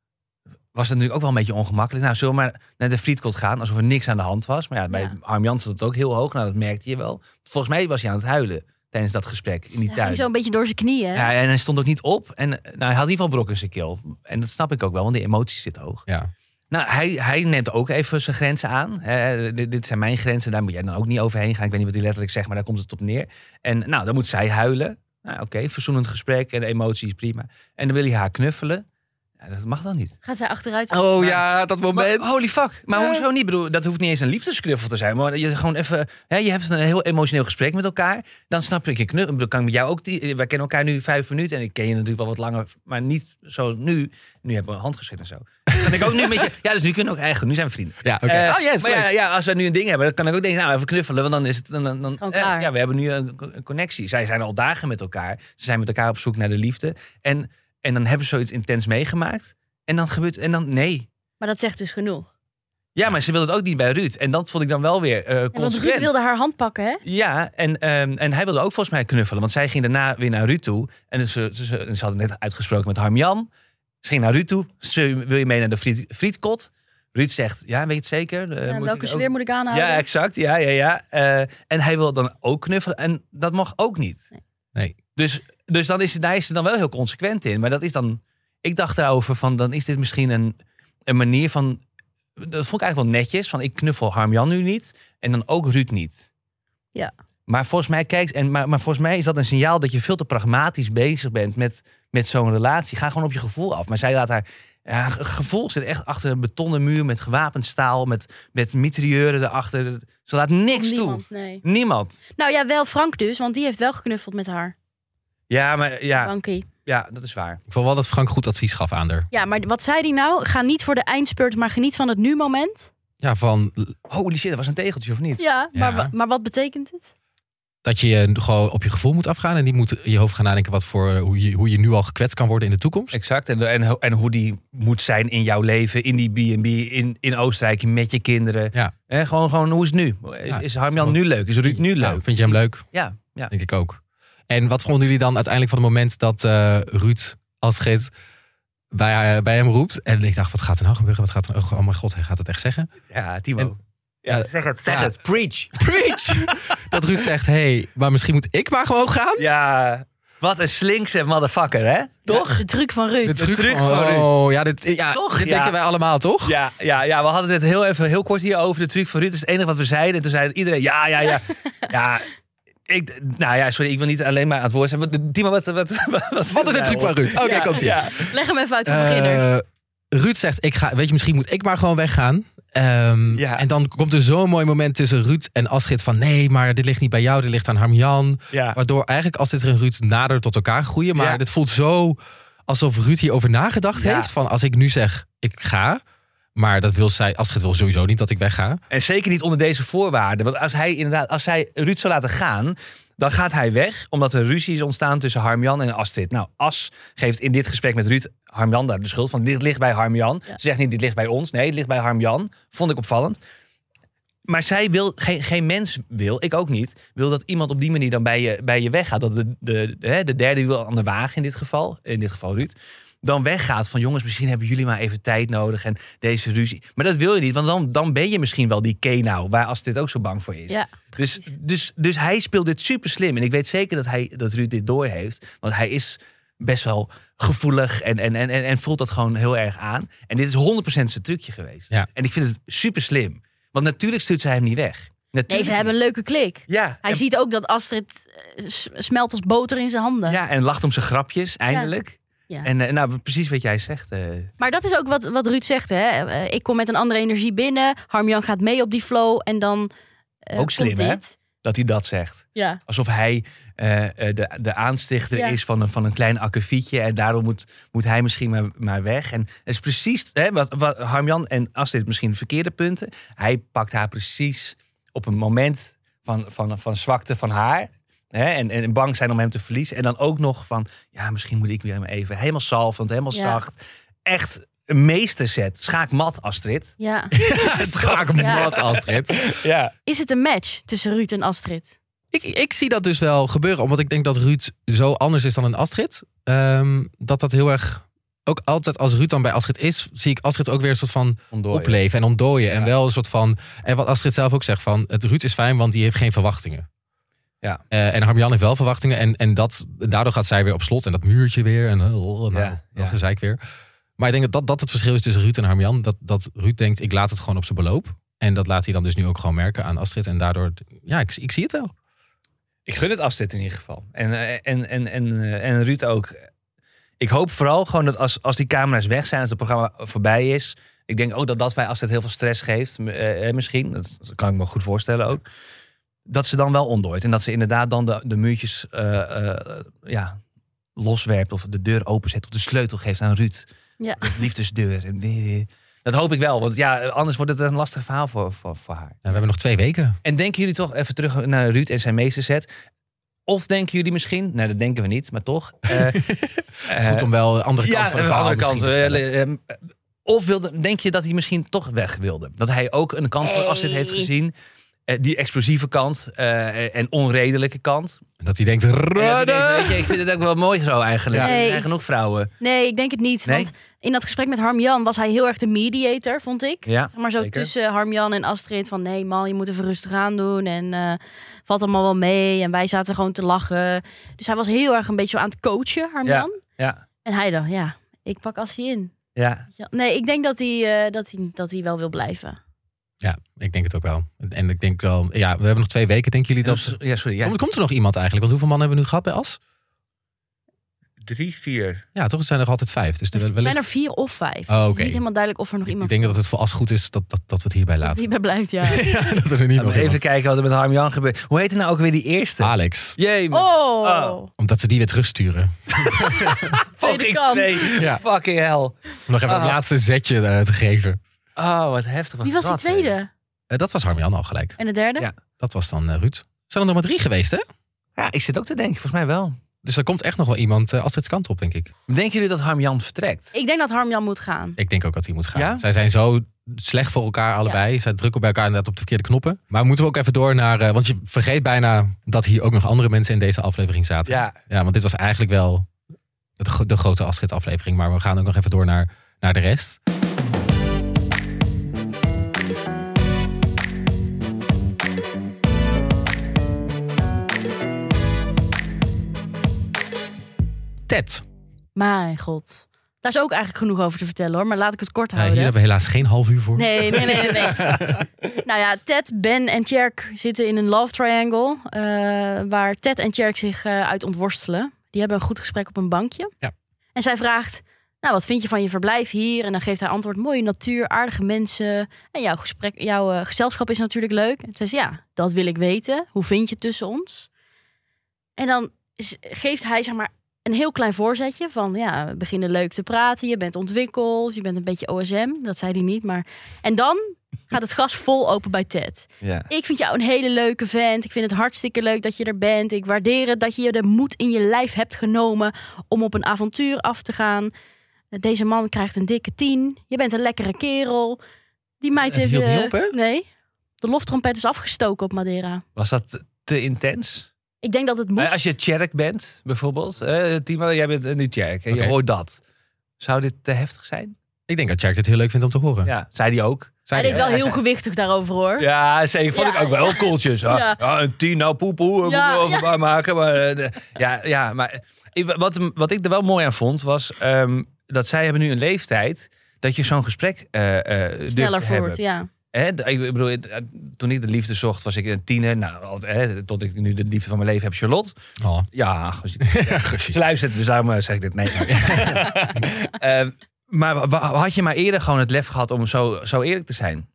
was het natuurlijk ook wel een beetje ongemakkelijk. Nou, zullen we maar naar de frietkot gaan, alsof er niks aan de hand was. Maar ja, bij Ja. Harmjan zat het ook heel hoog. Nou, dat merkte je wel. Volgens mij was hij aan het huilen tijdens dat gesprek in die Ja, tuin. ging zo een beetje door zijn knieën. Ja, en hij stond ook niet op. En nou, hij had in ieder geval brok in zijn keel. En dat snap ik ook wel, want de emoties zitten hoog. Ja. Nou, hij, hij neemt ook even zijn grenzen aan. He, dit, dit zijn mijn grenzen, daar moet jij dan ook niet overheen gaan. Ik weet niet wat hij letterlijk zegt, maar daar komt het op neer. En nou, dan moet zij huilen. Nou, oké, okay, verzoenend gesprek en de emoties, prima. En dan wil hij haar knuffelen. Ja, dat mag dan niet. Gaat zij achteruit? Oh ja, dat moment. Maar, holy fuck. Maar Ja. hoezo niet? Ik bedoel, dat hoeft niet eens een liefdesknuffel te zijn. Maar je gewoon even, hè, je hebt een heel emotioneel gesprek met elkaar. Dan snap ik je knuffel. Dan kan ik met jou ook die. Wij kennen elkaar nu vijf minuten en ik ken je natuurlijk wel wat langer, maar niet zoals nu. Nu hebben we een hand geschud en zo. Dan kan ik ook nu met je. Ja, dus nu kunnen we ook eigenlijk. Nu zijn we vrienden. Ja, oké. Eh, oh yes. maar ja, leuk. ja, als we nu een ding hebben, dan kan ik ook denken, nou even knuffelen, want dan is het dan, dan, dan Gewoon eh, klaar. ja, we hebben nu een, een connectie. Zij zijn al dagen met elkaar. Ze zijn met elkaar op zoek naar de liefde en en dan hebben ze zoiets intens meegemaakt. En dan gebeurt, en dan, nee. Maar dat zegt dus genoeg. Ja, maar ze wilde het ook niet bij Ruud. En dat vond ik dan wel weer uh, Ja, want consequent. Ruud wilde haar hand pakken, hè? Ja, en, um, en hij wilde ook volgens mij knuffelen. Want zij ging daarna weer naar Ruud toe. En dus, ze, ze, ze hadden net uitgesproken met Harmjan. Ze ging naar Ruud toe. Ze, wil je mee naar de friet, frietkot? Ruud zegt, ja, weet je het zeker? Uh, Ja, moet welke ik sfeer ook... moet ik aanhouden? Ja, exact. Ja, ja, ja. Uh, en hij wil dan ook knuffelen. En dat mag ook niet. Nee. Nee. Dus, dus dan is het, daar is er dan wel heel consequent in. Maar dat is dan... Ik dacht erover van, dan is dit misschien een, een manier van... Dat vond ik eigenlijk wel netjes. Van, ik knuffel Harmjan nu niet. En dan ook Ruud niet. Ja. Maar volgens mij, kijk, en, maar, maar volgens mij is dat een signaal dat je veel te pragmatisch bezig bent met, met zo'n relatie. Ga gewoon op je gevoel af. Maar zij laat haar... Ja, gevoel zit echt achter een betonnen muur met gewapend staal. Met, met mitrailleuren erachter. Ze laat niks Niemand, toe. nee. Niemand. Nou ja, wel Frank dus, want die heeft wel geknuffeld met haar. Ja, maar ja, Frankie. ja, dat is waar. Ik vond wel dat Frank goed advies gaf aan haar. Ja, maar wat zei hij nou? Ga niet voor de eindspurt, maar geniet van het nu-moment. Ja, van Holy shit, dat was een tegeltje of niet? Ja, maar, Ja. wa- maar wat betekent het? dat je je gewoon op je gevoel moet afgaan. En niet moet in je hoofd gaan nadenken wat voor, hoe, je, hoe je nu al gekwetst kan worden in de toekomst. Exact. En, en, en hoe die moet zijn in jouw leven, in die B en B, in, in Oostenrijk, met je kinderen. Ja. En gewoon, gewoon, hoe is het nu? Is, Ja, is Harmjan nu leuk? Is Ruud nu leuk? Nou, vind je hem leuk? Ja, ja. Denk ik ook. En wat vonden jullie dan uiteindelijk van het moment dat uh, Ruud als gids bij, uh, bij hem roept? En ik dacht, wat gaat er nou gebeuren? Wat gaat er nou? Oh mijn god, hij gaat het echt zeggen. Ja, Timo. En- ja, ja, zeg het, zeg ja. het. Preach. Preach! Dat Ruud zegt, hé, hey, maar misschien moet ik maar gewoon gaan. Ja, wat een slinkse motherfucker, hè? Toch? De truc van Ruud. De truc, truc van, van Ruud. oh, ja, dit, ja, Toch? dit Ja. denken wij allemaal, toch? Ja, ja, ja, we hadden het heel even heel kort hier over de truc van Ruud. Dat is het enige wat we zeiden. En toen zei iedereen, ja, ja, ja. ja, ik, nou ja, sorry, ik wil niet alleen maar aan het woord zijn. Wat- Timo, wat, wat, wat, wat, Wat is de truc van Ruud? Oké, Ja, komt ie. ja. Leg hem even uit voor beginners. Eh, Ruud zegt, ik ga, weet je, misschien moet ik maar gewoon weggaan. Ehm, Ja. En dan komt er zo'n mooi moment tussen Ruud en Astrid van... nee, maar dit ligt niet bij jou, dit ligt aan Harmjan. Ja. Waardoor eigenlijk Astrid en Ruud nader tot elkaar groeien. Maar Ja. dit voelt zo alsof Ruud hierover nagedacht Ja. heeft. Van als ik nu zeg, ik ga... maar dat wil zij, Astrid wil sowieso niet dat ik wegga. En zeker niet onder deze voorwaarden. Want als hij inderdaad, als zij Ruud zou laten gaan, dan gaat hij weg, omdat er ruzie is ontstaan tussen Harmjan en Astrid. Nou, As geeft in dit gesprek met Ruud Harmjan daar de schuld van. Dit ligt bij Harmjan. Ja. Ze zegt niet, dit ligt bij ons. Nee, het ligt bij Harmjan. Vond ik opvallend. Maar zij wil, geen, geen mens wil, ik ook niet, wil dat iemand op die manier dan bij je, bij je weggaat. Dat de, de, de, de derde wiel aan de wagen in dit geval, in dit geval Ruud, dan weggaat van jongens, misschien hebben jullie maar even tijd nodig en deze ruzie. Maar dat wil je niet, want dan, dan ben je misschien wel die Kenau, waar Astrid ook zo bang voor is. Ja, dus, dus, dus hij speelt dit super slim. En ik weet zeker dat, hij, dat Ruud dit doorheeft. Want hij is best wel gevoelig en, en, en, en voelt dat gewoon heel erg aan. En dit is honderd procent zijn trucje geweest. Ja. En ik vind het super slim. Want natuurlijk stuurt zij hem niet weg. Natuurlijk nee, ze hebben een leuke klik. niet. Ja, Hij en, ziet ook dat Astrid eh, s- smelt als boter in zijn handen. ja, en lacht om zijn grapjes, eindelijk. Ja. En uh, nou, precies wat jij zegt. Uh, Maar dat is ook wat, wat Ruud zegt. Hè? Eh, ik kom met een andere energie binnen. Harmjan gaat mee op die flow. En dan uh, Ook slim, komt hè? dit. dat hij dat zegt. Ja. Alsof hij uh, de, de aanstichter Ja. is van een, van een klein akkefietje. En daarom moet, moet hij misschien maar, maar weg. En het is precies hè, wat, wat Harmjan en Astrid misschien verkeerde punten. Hij pakt haar precies op een moment van, van, van zwakte van haar. Hè, en, en bang zijn om hem te verliezen. En dan ook nog van, ja, misschien moet ik weer even helemaal zalvend, helemaal Ja. zacht. Echt een meesterzet. Schaakmat, Astrid. Ja. Schaakmat, Astrid. Ja. Is het een match tussen Ruud en Astrid? Ik, ik zie dat dus wel gebeuren. Omdat ik denk dat Ruud zo anders is dan een Astrid. Um, dat dat heel erg... Ook altijd als Ruud dan bij Astrid is... zie ik Astrid ook weer een soort van Ontdooien. opleven en ontdooien. Ja. En wel een soort van... En wat Astrid zelf ook zegt van... Het Ruud is fijn, want die heeft geen verwachtingen. Ja. Uh, en Harmjan heeft wel verwachtingen. En, en dat, daardoor gaat zij weer op slot. En dat muurtje weer. En uh, nou, Ja, dat ja. gezeik weer. Maar ik denk dat, dat dat het verschil is tussen Ruud en Harmjan. Dat, dat Ruud denkt, ik laat het gewoon op zijn beloop. En dat laat hij dan dus nu ook gewoon merken aan Astrid. En daardoor, ja, ik, ik zie het wel. Ik gun het Astrid in ieder geval. En, uh, en, en, en, uh, en Ruud ook. Ik hoop vooral gewoon dat als, als die camera's weg zijn... als het programma voorbij is... Ik denk ook dat dat bij Astrid heel veel stress geeft. Uh, misschien, dat kan ik me goed voorstellen ook. Dat ze dan wel ontdooit. En dat ze inderdaad dan de, de muurtjes uh, uh, ja, loswerpt... of de deur openzet of de sleutel geeft aan Ruud. Ja. De liefdesdeur. Dat hoop ik wel, want ja, anders wordt het een lastig verhaal voor, voor, voor haar. Ja, we hebben nog twee weken. En denken jullie toch, even terug naar Ruud en zijn meesterzet... Of denken jullie misschien, nou dat denken we niet, maar toch... Uh, Goed om wel de andere kant ja, van de de verhaal andere kant. misschien te vertellen. Uh, uh, of wilde, denk je dat hij misschien toch weg wilde? Dat hij ook een kant van Astrid heeft gezien... Uh, die explosieve kant uh, en onredelijke kant. Dat hij denkt, En dat hij redden! denkt, weet je, ik vind het ook wel mooi zo eigenlijk. Nee. Er zijn genoeg vrouwen. Nee, ik denk het niet. Nee? Want in dat gesprek met Harmjan was hij heel erg de mediator, vond ik. Ja, Zeg maar zo zeker. tussen Harmjan en Astrid van... nee man, je moet even rustig aan doen en uh, valt allemaal wel mee. En wij zaten gewoon te lachen. Dus hij was heel erg een beetje zo aan het coachen, Harmjan. Ja, En hij dan, ja, ik pak Assie in. ja. Ja, nee, ik denk dat hij, uh, dat, hij, dat hij wel wil blijven. Ja, ik denk het ook wel. En ik denk wel, ja, we hebben nog twee weken. Denken jullie dat... Ja, sorry. Ja. Komt, komt er nog iemand eigenlijk? Want hoeveel mannen hebben we nu gehad bij As? Drie, vier. Ja, toch? Het zijn er altijd vijf. Dus er Er wellicht... zijn er vier of vijf. Oh, Het oké. is niet helemaal duidelijk of er nog Ik iemand denk dat het voor As goed is dat, dat, dat we het hierbij laten. die bij blijft, ja. Ja, dat er niet nog Even iemand. kijken wat er met Harmjan gebeurt. Hoe heet er nou ook weer die eerste? Alex. Jee, man. Oh, Oh. Omdat ze die weer terugsturen. tweede Fucking kant. twee. Ja. Fucking hell. Om nog even Ah. het laatste zetje uh, te geven. Oh, wat heftig. Wie was die dat, hè? tweede? Uh, dat was Harmjan al gelijk. En de derde? Ja. Dat was dan uh, Ruud. Zijn er nog maar drie geweest, hè? Ja, ik zit ook te denken. Volgens mij wel. Dus er komt echt nog wel iemand uh, Astrid's kant op, denk ik. Denken jullie dat Harmjan vertrekt? Ik denk dat Harmjan moet gaan. Ik denk ook dat hij moet gaan. Ja? Zij zijn zo slecht voor elkaar allebei. Zij drukken bij elkaar inderdaad op de verkeerde knoppen. Maar moeten we ook even door naar... Uh, want je vergeet bijna dat hier ook nog andere mensen in deze aflevering zaten. Ja. Ja, want dit was eigenlijk wel de, de grote Astrid aflevering. Maar we gaan ook nog even door naar, naar de rest. Ted. Mijn god. Daar is ook eigenlijk genoeg over te vertellen hoor. Maar laat ik het kort Uh, houden. hier hebben we helaas geen half uur voor. Nee, nee, nee, nee. Nou ja, Ted, Ben en Tjerk zitten in een love triangle. Uh, waar Ted en Tjerk zich uh, uit ontworstelen. Die hebben een goed gesprek op een bankje. Ja. En zij vraagt, nou wat vind je van je verblijf hier? En dan geeft hij antwoord, mooie natuur, aardige mensen. En jouw, gesprek, jouw uh, gezelschap is natuurlijk leuk. En zij zegt, ja, dat wil ik weten. Hoe vind je het tussen ons? En dan is, geeft hij zeg maar een heel klein voorzetje van, ja, we beginnen leuk te praten. Je bent ontwikkeld, je bent een beetje O S M. Dat zei hij niet, maar... En dan gaat het gas vol open bij Ted. Ja. Ik vind jou een hele leuke vent. Ik vind het hartstikke leuk dat je er bent. Ik waardeer het dat je de moed in je lijf hebt genomen om op een avontuur af te gaan. Deze man krijgt een dikke tien. Je bent een lekkere kerel. Die meid Het heeft... hield niet uh, op, hè? Nee. De loftrompet is afgestoken op Madeira. Was dat te intens? Ik denk dat het moest. Uh, als je Tjerk bent, bijvoorbeeld. Uh, Timo, jij bent uh, nu Tjerk. En Oké. je hoort dat. Zou dit te heftig zijn? Ik denk dat Tjerk dit heel leuk vindt om te horen. Ja, zei die ook. Zei Hij deed hij, wel hè? heel gewichtig daarover hoor. Ja, zeker. Vond Ja. ik ook wel heel cooltjes. Ja. Ja. Ja, een tien, nou poepoe, moet Ja, ik wel ja. over maken. Maar, uh, de- ja, ja, maar ik- wat, wat ik er wel mooi aan vond, was um, dat zij hebben nu een leeftijd dat je zo'n gesprek uh, uh, durft Sneller te voort, hebben. ja. Hè, d- ik bedoel, het- toen ik de liefde zocht, was ik een tiener. Nou, al- hè, tot ik nu de liefde van mijn leven heb, Charlotte. Oh. Ja, als je- Ja, precies. ze luistert, dus daarom uh, zeg ik dit. Nee, maar, uh, maar wa- had je maar eerder gewoon het lef gehad om zo, zo eerlijk te zijn?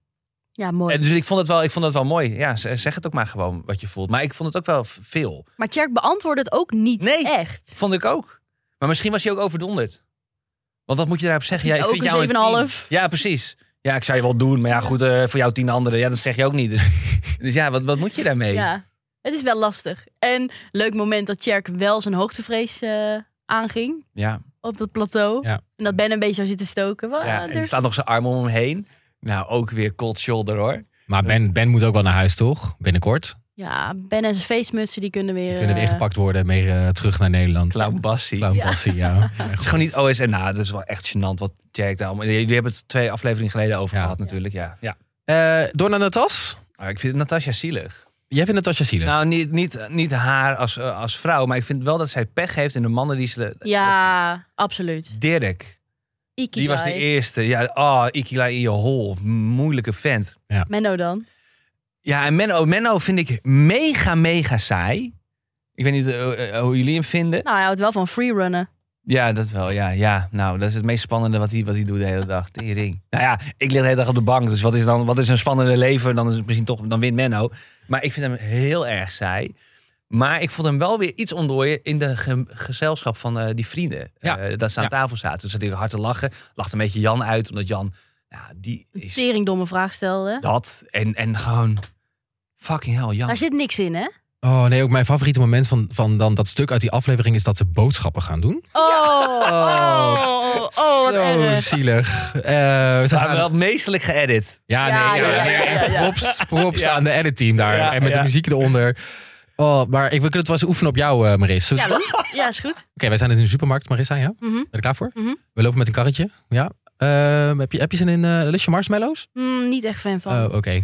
Ja, mooi. En dus ik vond, het wel, ik vond het wel mooi. Ja, zeg het ook maar gewoon wat je voelt. Maar ik vond het ook wel veel. Maar Tjerk beantwoordde het ook niet Nee. echt. Vond ik ook. Maar misschien was hij ook overdonderd. Want wat moet je daarop zeggen? Ja, ik Ook vind een jou zeven komma vijf. tien. Ja, precies. Ja, ik zou je wel doen. Maar ja, goed, uh, voor jou tien anderen. Ja, dat zeg je ook niet. Dus, dus ja, wat, wat moet je daarmee? Ja, het is wel lastig. En leuk moment dat Tjerk wel zijn hoogtevrees uh, aanging. Ja. Op dat plateau. Ja. En dat Ben een beetje zou zitten stoken. Well, ja, en er... er staat nog zijn arm om hem heen. Nou, ook weer cold shoulder hoor. Maar Ben, Ben moet ook wel naar huis, toch? Binnenkort. Ja, Ben en zijn feestmutsen die kunnen weer... Die kunnen weer uh... ingepakt worden, mee uh, terug naar Nederland. Clown Bassie. Clown Ja. Bassie, ja. ja. Het is gewoon niet O S M. Nou, dat is wel echt gênant wat Tjerk daar allemaal... Jullie hebben het twee afleveringen geleden over Ja. gehad natuurlijk. Ja. Ja. Uh, door naar Natas. Maar ik vind Natasja zielig. Jij vindt Natasja zielig? Nou, niet, niet, niet haar als, uh, als vrouw. Maar ik vind wel dat zij pech heeft in de mannen die ze... Ja, absoluut. Dirk. Ikigai. Die was de eerste. Ja, oh, Ikigai in je hol. Moeilijke vent. Ja. Menno dan? Ja, en Menno, Menno vind ik mega, mega saai. Ik weet niet uh, uh, hoe jullie hem vinden. Nou, hij houdt wel van freerunnen. Ja, dat wel. Ja, ja. Nou, dat is het meest spannende wat hij, wat hij doet de hele dag. Tering. Nou ja, ik lig de hele dag op de bank. Dus wat is dan wat is een spannende leven? Dan is het misschien toch, dan wint Menno. Maar ik vind hem heel erg saai. Maar ik vond hem wel weer iets ontdooien in de ge- gezelschap van uh, die vrienden. Ja. Uh, dat ze aan Ja. tafel zaten. Dus zat hij hard te lachen. Lacht een beetje Jan uit, omdat Jan, ja, die is Teringdomme vraag stelde. dat. En, en gewoon, fucking hell, Jan. Daar zit niks in, hè? Oh nee, ook mijn favoriete moment van, van dan dat stuk uit die aflevering is dat ze boodschappen gaan doen. Oh, oh, oh, oh, wat Zo erg. zielig. Uh, ze Maar gaan- wel meestelijk geëdit. Ja, Ja, nee, ja, ja, ja, nee, ja, ja, ja. props, props Ja. aan de edit-team daar. Ja, en met ja. de muziek eronder. Oh, maar ik, we kunnen het wel eens oefenen op jou, uh, Maris. Zullen we Ja, het doen? dan? Ja, is goed. Oké, wij zijn in de supermarkt, Marissa, ja? Ben Mhm. je er klaar voor? Mhm. We lopen met een karretje, ja. Uh, heb, je, heb je zin in uh, lusje marshmallows? Mm, niet echt fan van. Oh, oké. Okay.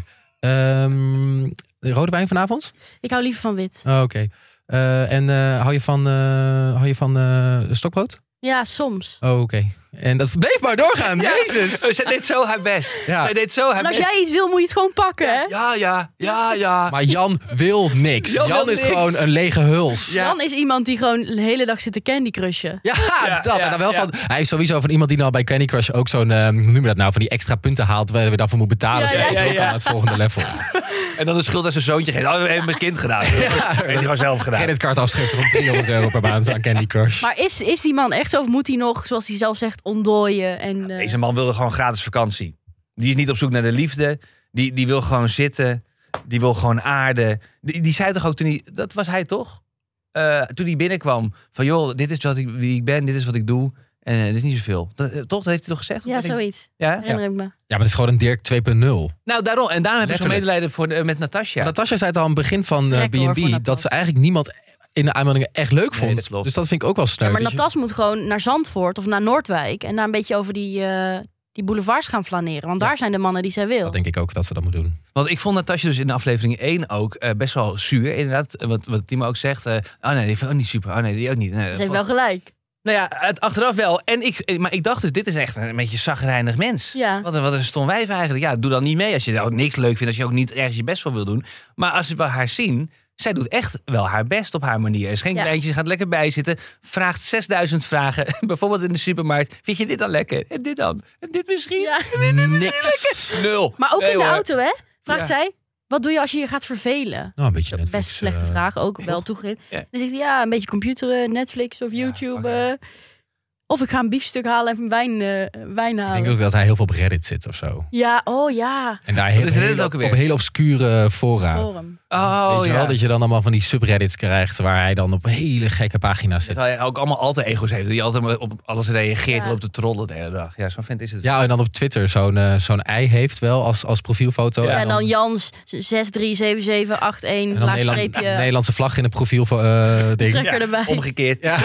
Um, rode wijn vanavond? Ik hou liever van wit. Oh, oké. Okay. Uh, en uh, hou je van, uh, hou je van uh, stokbrood? Ja, soms. Oh, oké. Okay. En dat bleef maar doorgaan. Ja. Jezus. Zij deed zo haar best. Ja. Zij deed zo haar En als best. jij iets wil, moet je het gewoon pakken, hè? Ja, ja, ja, ja. Maar Jan wil niks. Jan Jan, wil is niks. gewoon een lege huls. Ja. Dan is iemand die gewoon de hele dag zit te candy crushen. Ja, Ja, dat. ja, en dan wel ja. van, hij is sowieso van iemand die nou bij Candy Crush ook zo'n, uh, hoe noem je dat nou, van die extra punten haalt waar je daarvoor moet betalen. Ja, zodat ja, je ja, ook ja. aan het volgende level. En dan de schuld aan zijn zoontje geeft. Oh, we hebben mijn kind gedaan. Dat heeft hij gewoon zelf gedaan. Creditcardafschrift van driehonderd euro per maand aan Candy Crush. Maar is, is die man echt zo of moet hij nog, zoals hij zelf zegt, ontdooien? En, uh... Deze man wilde gewoon gratis vakantie. Die is niet op zoek naar de liefde. Die, die wil gewoon zitten. Die wil gewoon aarden. Die, die zei toch ook toen hij... Dat was hij toch? Uh, toen hij binnenkwam. Van joh, dit is wat ik, wie ik ben. Dit is wat ik doe. En uh, dit is niet zoveel. Dat, uh, toch? Dat heeft hij toch gezegd? Ja, Of ben ik- zoiets. Ja? Herinner ik me. Ja, maar het is gewoon een Dirk twee punt nul. Nou, daarom. En daarom heb ik zo'n Letterlijk. medelijden voor de, met Natasja. Maar Natasja zei het al aan het begin van uh, Sterk, hoor, B voor en B Natas. dat ze eigenlijk niemand in de aanmeldingen echt leuk Nee, vond. dat klopt. Dus dat vind ik ook wel sneu. Ja, maar Dus je- Natas moet gewoon naar Zandvoort of naar Noordwijk. En daar een beetje over die, uh, die boulevards gaan flaneren. Want Ja. daar zijn de mannen die zij wil. Dat denk ik ook dat ze dat moet doen. Want ik vond Natasja dus in de aflevering één ook uh, best wel zuur. Inderdaad, wat, wat Timo ook zegt. Uh, oh nee, die vind ik ook niet super. Oh nee, die ook niet. Nee, Ze dat heeft vond- wel gelijk. Nou ja, het achteraf wel. En ik, maar ik dacht dus, dit is echt een beetje zagrijnig mens. Ja. Wat een, wat een stom wijf eigenlijk. Ja, doe dan niet mee als je ook niks leuk vindt. Als je ook niet ergens je best voor wil doen. Maar als we haar zien, zij doet echt wel haar best op haar manier. Er schenkt Ja. lijntjes, gaat lekker bijzitten. Vraagt zesduizend vragen. Bijvoorbeeld in de supermarkt. Vind je dit dan lekker? En dit dan? En dit misschien? Ja. Niks. Nul. Maar ook Nee, in de hoor. auto, hè? Vraagt Ja. zij, wat doe je als je je gaat vervelen? Nou, een beetje Dat is Netflix, best een slechte uh, vraag, ook wel toegegeven. Ja. Dan zegt hij, ja, een beetje computeren, Netflix of YouTube. oké. uh, of ik ga een biefstuk halen en wijn, uh, wijn Ik halen. denk ook dat hij heel veel op Reddit zit of zo. Ja, oh ja. En daar heel, is Reddit hele- ook alweer? op hele obscure fora. Forum. Oh Weet je ja. wel, dat je dan allemaal van die subreddits krijgt waar hij dan op hele gekke pagina's zit. Dat hij ook allemaal altijd ego's heeft. Dat hij altijd maar op alles reageert Ja. en op de trollen de hele dag. Ja, zo'n vent is het. Ja, en dan op Twitter zo'n eh, zo'n ei heeft wel als, als profielfoto. Ja, Ja, en dan Jans zes drie zeven zeven acht en één, dan Nederland, laagstreepje, Nederlandse vlag in een profiel uh, ding. trekker erbij. Omgekeerd. Ja.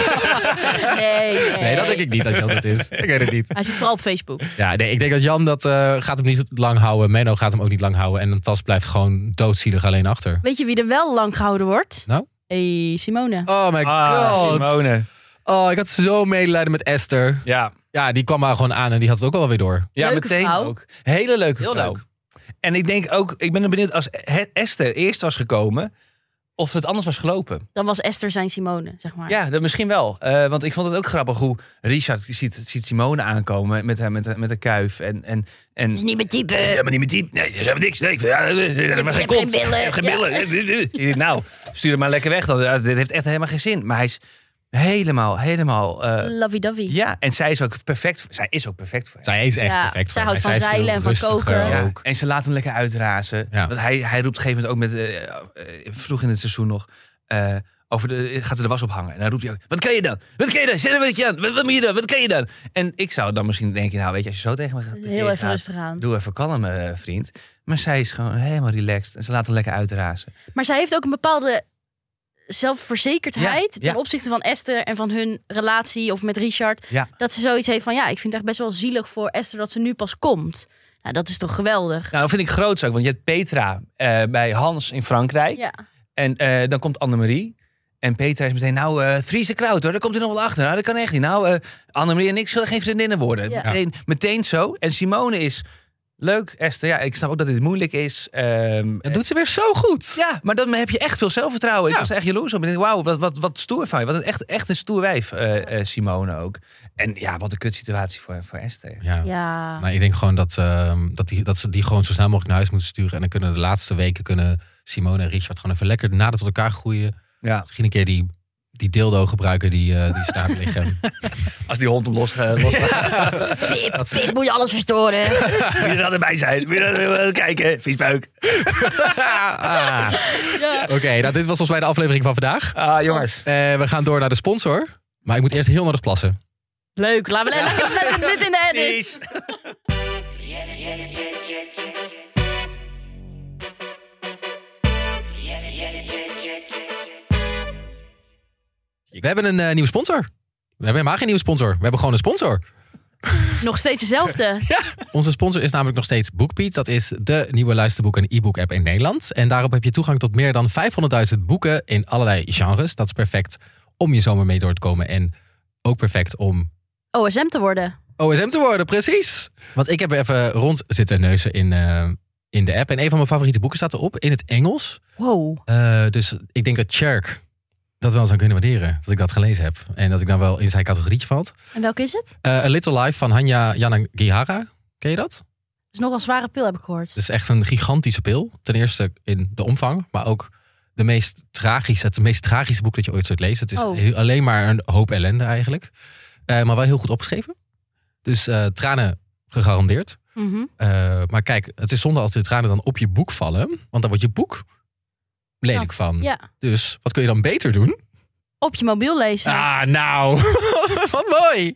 Nee, nee. Nee, dat denk ik niet dat Jan dat is. Ik weet het niet. Hij zit vooral op Facebook. Ja, nee, ik denk dat Jan dat uh, gaat hem niet lang houden. Menno gaat hem ook niet lang houden. En een tas blijft gewoon doodzielig alleen achter. Weet je wie er wel lang gehouden wordt? Nou? Hey, Simone. Oh my Ah, god. Simone. Oh, ik had zo medelijden met Esther. Ja, Ja, die kwam maar gewoon aan en die had het ook alweer door. ja Leuke meteen vrouw. ook. Hele leuke Heel vrouw. leuk. En ik denk ook, ik ben benieuwd als He- Esther eerst was gekomen. of het anders was gelopen. Dan was Esther zijn Simone, zeg maar. Ja, dat misschien wel. Uh, want ik vond het ook grappig hoe Richard ziet, ziet Simone aankomen met, met, met, met een kuif. En, en, en, dat is niet mijn type. Ja, maar niet mijn type. Nee, dat is helemaal niks. Nee, ik vind, ja, je hebt geen kont. billen. Je hebt geen billen. Ja. Nou, stuur hem maar lekker weg. Dan. Dit heeft echt helemaal geen zin. Maar hij is helemaal, helemaal... Uh, Lovey-dovey. Ja, en zij is ook perfect. Zij is ook perfect voor hem. Zij is echt ja, perfect voor zij hem. houdt van zij zeilen en van koken. Ja, ook. en ze laat hem lekker uitrazen. Ja. Want hij, hij roept op een gegeven moment ook met... Uh, uh, vroeg in het seizoen nog... Uh, over de, gaat ze de was ophangen. En dan roept hij ook... Wat kan je dan? Wat kan je dan? Zet er wat je aan. Wat, wat moet je dan? Wat kan je dan? En ik zou dan misschien denken... Nou, weet je, als je zo tegen me gaat... Heel even gaat, rustig aan. Doe even kalm, uh, vriend. Maar zij is gewoon helemaal relaxed. En ze laat hem lekker uitrazen. Maar zij heeft ook een bepaalde zelfverzekerdheid... Ja, ten ja. opzichte van Esther en van hun relatie... of met Richard. Ja. Dat ze zoiets heeft van... Ja, ik vind het echt best wel zielig voor Esther... dat ze nu pas komt. Nou, dat is toch geweldig? Nou, dat vind ik groots ook. Want je hebt Petra uh, bij Hans in Frankrijk. Ja. En uh, dan komt Annemarie... En Petra is meteen, nou, uh, Friese Kraut hoor, daar komt hij nog wel achter. Nou, dat kan echt niet. Nou, uh, Annemarie en ik zullen geen vriendinnen worden. Ja. Meteen, meteen zo. En Simone is leuk, Esther. Ja, ik snap ook dat dit moeilijk is. Um, Dat doet ze weer zo goed. Ja, maar dan heb je echt veel zelfvertrouwen. Ja. Ik was er echt jaloers op. Ik denk, wauw, wat, wat, wat stoer van je. Wat een echt, echt een stoer wijf, uh, uh, Simone ook. En ja, wat een kutsituatie voor, voor Esther. Ja. Ja. Maar ik denk gewoon dat, uh, dat, die, dat ze die gewoon zo snel mogelijk naar huis moeten sturen. En dan kunnen de laatste weken kunnen Simone en Richard gewoon even lekker nader tot elkaar groeien. Ja. Misschien een keer die, die dildo gebruiken die, uh, die staan liggen. Als die hond hem los, uh, los gaat. Pip, Pip, moet je alles verstoren. Moet je er altijd bij zijn? Moet je er kijken? Viesbuik. ah. ja. Oké, okay, nou dit was volgens mij de aflevering van vandaag. Ah, jongens. Uh, we gaan door naar de sponsor. Maar ik moet eerst heel nodig plassen. Leuk, laten we lekker met dit in de edit. We hebben een uh, nieuwe sponsor. We hebben helemaal geen nieuwe sponsor. We hebben gewoon een sponsor. Nog steeds dezelfde. Ja, onze sponsor is namelijk nog steeds BookBeat. Dat is de nieuwe luisterboek- en e-book app in Nederland. En daarop heb je toegang tot meer dan vijfhonderdduizend boeken in allerlei genres. Dat is perfect om je zomer mee door te komen. En ook perfect om O S M te worden. O S M te worden, precies. Want ik heb even rond zitten neuzen in, uh, in de app. En een van mijn favoriete boeken staat erop in het Engels. Wow. Uh, dus ik denk dat Cherk dat wel zou kunnen waarderen. Dat ik dat gelezen heb. En dat ik dan wel in zijn categorietje valt. En welke is het? Uh, A Little Life van Hanya Yanagihara. Ken je dat? Dat is nogal een zware pil, heb ik gehoord. Het is echt een gigantische pil. Ten eerste in de omvang, maar ook de meest tragische, het meest tragische boek dat je ooit zult lezen. Het is Oh. heel, alleen maar een hoop ellende eigenlijk. Uh, maar wel heel goed opgeschreven. Dus uh, tranen gegarandeerd. Mm-hmm. Uh, maar kijk, het is zonde als de tranen dan op je boek vallen. Want dan wordt je boek lelijk Dat, van. Ja. Dus wat kun je dan beter doen? Op je mobiel lezen. Ah, nou. Wat mooi.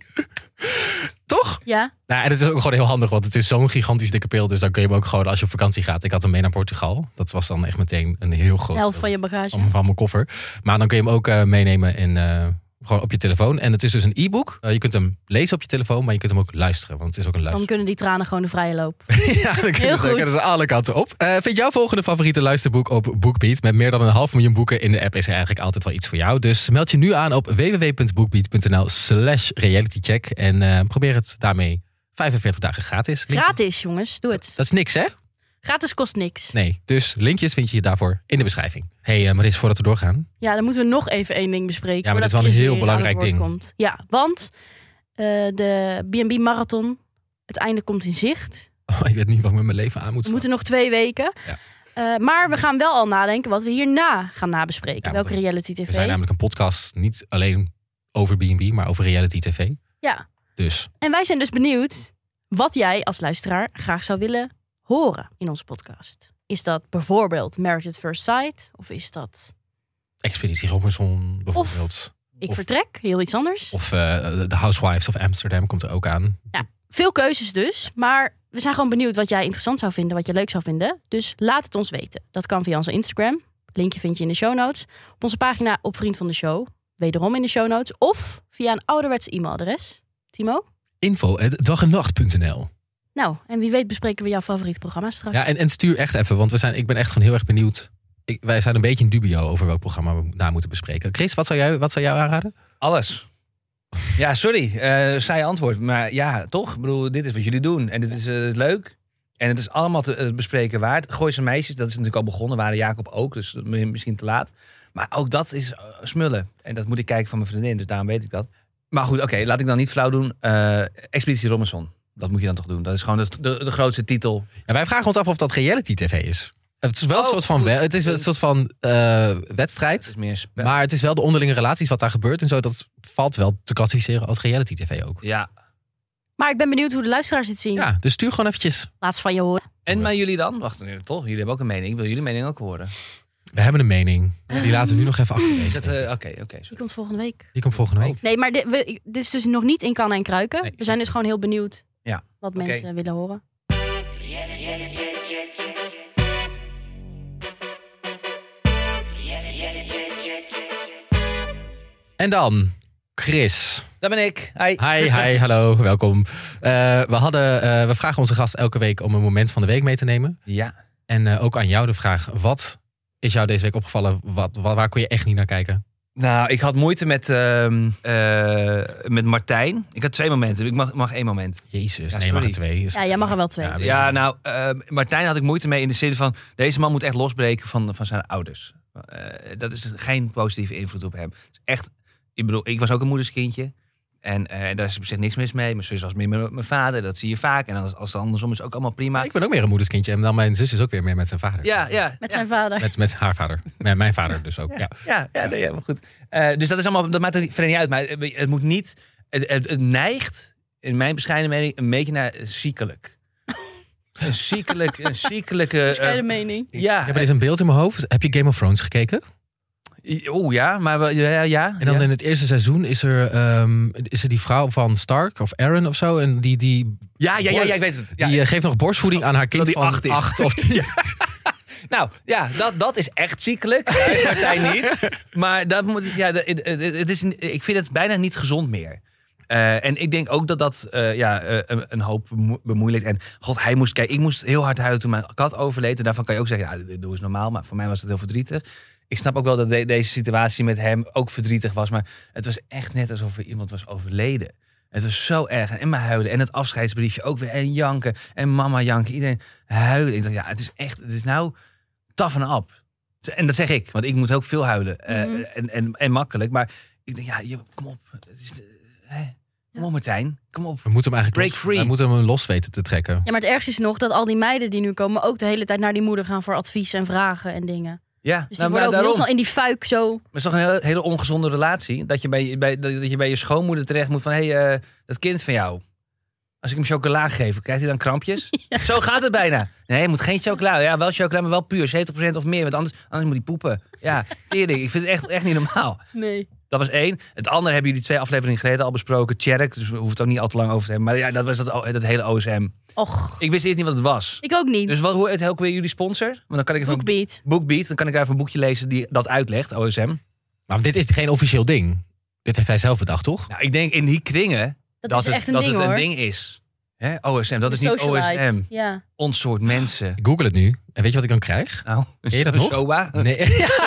Toch? Ja. Nou, en het is ook gewoon heel handig, want het is zo'n gigantisch dikke pil. Dus dan kun je hem ook gewoon, als je op vakantie gaat. Ik had hem mee naar Portugal. Dat was dan echt meteen een heel groot De helft van je deel bagage. van, van mijn koffer. Maar dan kun je hem ook uh, meenemen in, uh, gewoon op je telefoon. En het is dus een e-book. Uh, je kunt hem lezen op je telefoon, maar je kunt hem ook luisteren. Want het is ook een Dan luister. kunnen die tranen gewoon de vrije loop. Ja, dan kunnen ze, kunnen ze alle kanten op. Uh, vind jouw volgende favoriete luisterboek op BookBeat? Met meer dan een half miljoen boeken in de app is er eigenlijk altijd wel iets voor jou. Dus meld je nu aan op www.bookbeat.nl slash realitycheck. En uh, probeer het daarmee vijfenveertig dagen gratis. Linkje. Gratis, jongens. Doe het. Dat is niks, hè? Gratis kost niks. Nee, dus linkjes vind je daarvoor in de beschrijving. Hey uh, Maris, voordat we doorgaan. Ja, dan moeten we nog even één ding bespreken. Ja, maar dit is voordat wel een Chris heel weer aan het belangrijk woord ding. Komt. Ja, want uh, de B en B Marathon, het einde komt in zicht. Oh, ik weet niet wat ik met mijn leven aan moet We staan. moeten nog twee weken. Ja. Uh, maar we gaan wel al nadenken wat we hierna gaan nabespreken. Ja, Welke want reality tv. We zijn namelijk een podcast niet alleen over B en B, maar over reality tv. Ja. Dus En wij zijn dus benieuwd wat jij als luisteraar graag zou willen horen in onze podcast. Is dat bijvoorbeeld Married at First Sight? Of is dat Expeditie Robinson bijvoorbeeld. Ik Of- Vertrek? Heel iets anders. Of uh, The Housewives of Amsterdam komt er ook aan. Veel keuzes dus, maar we zijn gewoon benieuwd wat jij interessant zou vinden, wat je leuk zou vinden. Dus laat het ons weten. Dat kan via onze Instagram. Linkje vind je in de show notes. Op onze pagina op Vriend van de Show. Wederom in de show notes. Of via een ouderwets e-mailadres. Timo? info at dag en nacht punt n l. Nou, en wie weet bespreken we jouw favoriete programma straks. Ja, en, en stuur echt even, want we zijn, ik ben echt gewoon heel erg benieuwd. Ik, wij zijn een beetje in dubio over welk programma we na moeten bespreken. Chris, wat zou jij, wat zou jou aanraden? Alles. Ja, sorry. Uh, saai antwoord. Maar ja, toch? Ik bedoel, dit is wat jullie doen. En dit is uh, leuk. En het is allemaal te uh, bespreken waard. Gooise meisjes, dat is natuurlijk al begonnen. Waren Jacob ook, dus misschien te laat. Maar ook dat is uh, smullen. En dat moet ik kijken van mijn vriendin, dus daarom weet ik dat. Maar goed, oké, okay, laat ik dan niet flauw doen. Uh, Expeditie Robinson, dat moet je dan toch doen. Dat is gewoon de, de, de grootste titel. Ja, wij vragen ons af of dat reality tv is. Het is wel oh, een soort van, het is wel een soort van uh, wedstrijd. Het is meer spel. Maar het is wel de onderlinge relaties wat daar gebeurt en zo. Dat valt wel te klassificeren als reality tv ook. Ja. Maar ik ben benieuwd hoe de luisteraars dit zien. Ja, dus stuur gewoon eventjes. Laat ze van je horen. En maar jullie dan? Wacht, toch? Jullie hebben ook een mening. Ik wil jullie mening ook horen. We hebben een mening. Die laten we nu nog even achterwege. Oké, uh, oké. Okay, Die komt volgende week. Die komt volgende week. Nee, maar dit, we, dit is dus nog niet in kannen en kruiken. Nee, we zijn dus gewoon heel benieuwd ja. wat okay. mensen willen horen. En dan, Chris. Dat ben ik. Hi. Hi, hi, hallo, welkom. Uh, we, hadden, uh, we vragen onze gast elke week om een moment van de week mee te nemen. Ja. En uh, ook aan jou de vraag, wat is jou deze week opgevallen? Wat, wat, waar kon je echt niet naar kijken? Nou, ik had moeite met, uh, uh, met Martijn. Ik had twee momenten. Ik mag, mag één moment. Jezus, ja, nee, je mag er twee. Ja, jij mag er wel twee. Ja, ja nou, uh, Martijn had ik moeite mee in de zin van... deze man moet echt losbreken van, van zijn ouders. Uh, dat is geen positieve invloed op hem. Echt, ik bedoel, ik was ook een moederskindje. En uh, daar is op zich niks mis mee. Mijn zus was meer met mijn vader. Dat zie je vaak. En als, als het andersom is ook allemaal prima. Ja, ik ben ook meer een moederskindje. En dan mijn zus is ook weer meer met zijn vader. Ja, ja. Met ja. zijn vader. Met, met haar vader. Met mijn vader dus ook. Ja, ja, ja, ja, nee, ja maar goed. Uh, dus dat is allemaal, dat maakt er verder niet uit. Maar het, het moet niet... Het, het, het neigt, in mijn bescheiden mening, een beetje naar ziekelijk. Een ziekelijk, een ziekelijke... Bescheiden uh, mening. Ja. Ik heb er eens een beeld in mijn hoofd. Heb je Game of Thrones gekeken? Oeh, ja, maar wel- ja, ja. En dan ja. in het eerste seizoen is er, um, is er die vrouw van Stark of Aaron of zo. En die, die, Ja, ja, ja, ja, ik weet het. Ja. die uh, geeft nog borstvoeding aan haar kind die van acht is. acht of tien. Nou, ja, dat, dat is echt ziekelijk. Dat is Martijn niet. Maar dat moet, ja, dat- het, het, het is, ik vind het bijna niet gezond meer. Uh, en ik denk ook dat dat uh, ja, uh, een, een hoop bemo- bemoeilijkt. En god, hij moest kijken. Ik moest heel hard huilen toen mijn kat overleed. En daarvan kan je ook zeggen, ja, doe eens normaal. Maar voor mij was het heel verdrietig. Ik snap ook wel dat de, deze situatie met hem ook verdrietig was. Maar het was echt net alsof er iemand was overleden. Het was zo erg. En maar huilen. En het afscheidsbriefje ook weer. En janken. En mama janken. Iedereen huilen. Ik dacht, ja, het is echt, het is nou taf en ap. En dat zeg ik, want ik moet ook veel huilen. Uh, Mhm. en, en, en makkelijk. Maar ik denk, ja, je, kom op. Het is, uh, hè? Kom op, Martijn. Kom op. We moeten hem eigenlijk Break los, free. we moeten hem los weten te trekken. Ja, maar het ergste is nog dat al die meiden die nu komen ook de hele tijd naar die moeder gaan voor advies en vragen en dingen. Ja, Dus die nou, worden ook maar heel daarom. snel in die fuik zo. Maar het is toch een hele, hele ongezonde relatie. Dat je bij, bij, dat je bij je schoonmoeder terecht moet van... hé, hey, uh, dat kind van jou. Als ik hem chocola geef, krijgt hij dan krampjes? Ja. Zo gaat het bijna. Nee, je moet geen chocola. Ja, wel chocola, maar wel puur. zeventig procent of meer. Want anders, anders moet hij poepen. Ja, tering. Ik vind het echt, echt niet normaal. Nee. Dat was één. Het andere hebben jullie twee afleveringen geleden al besproken. Tjerk, dus we hoeven het ook niet al te lang over te hebben. Maar ja, dat was dat, dat hele O S M. Och, Ik wist eerst niet wat het was. ik ook niet. Dus wat, hoe heet ook weer jullie sponsor? Want dan kan ik even Bookbeat. Bookbeat. Dan kan ik even een boekje lezen die dat uitlegt, O S M. Maar dit is geen officieel ding. Dit heeft hij zelf bedacht, toch? Nou, ik denk in die kringen Dat, dat, is het, echt een dat ding het een hoor. ding is. Hè? O S M, dat De is niet social O S M. life. Ja. Ons soort mensen. Ik google het nu. En weet je wat ik dan krijg? Nou, Ken je dat een nog? S O A? Nee,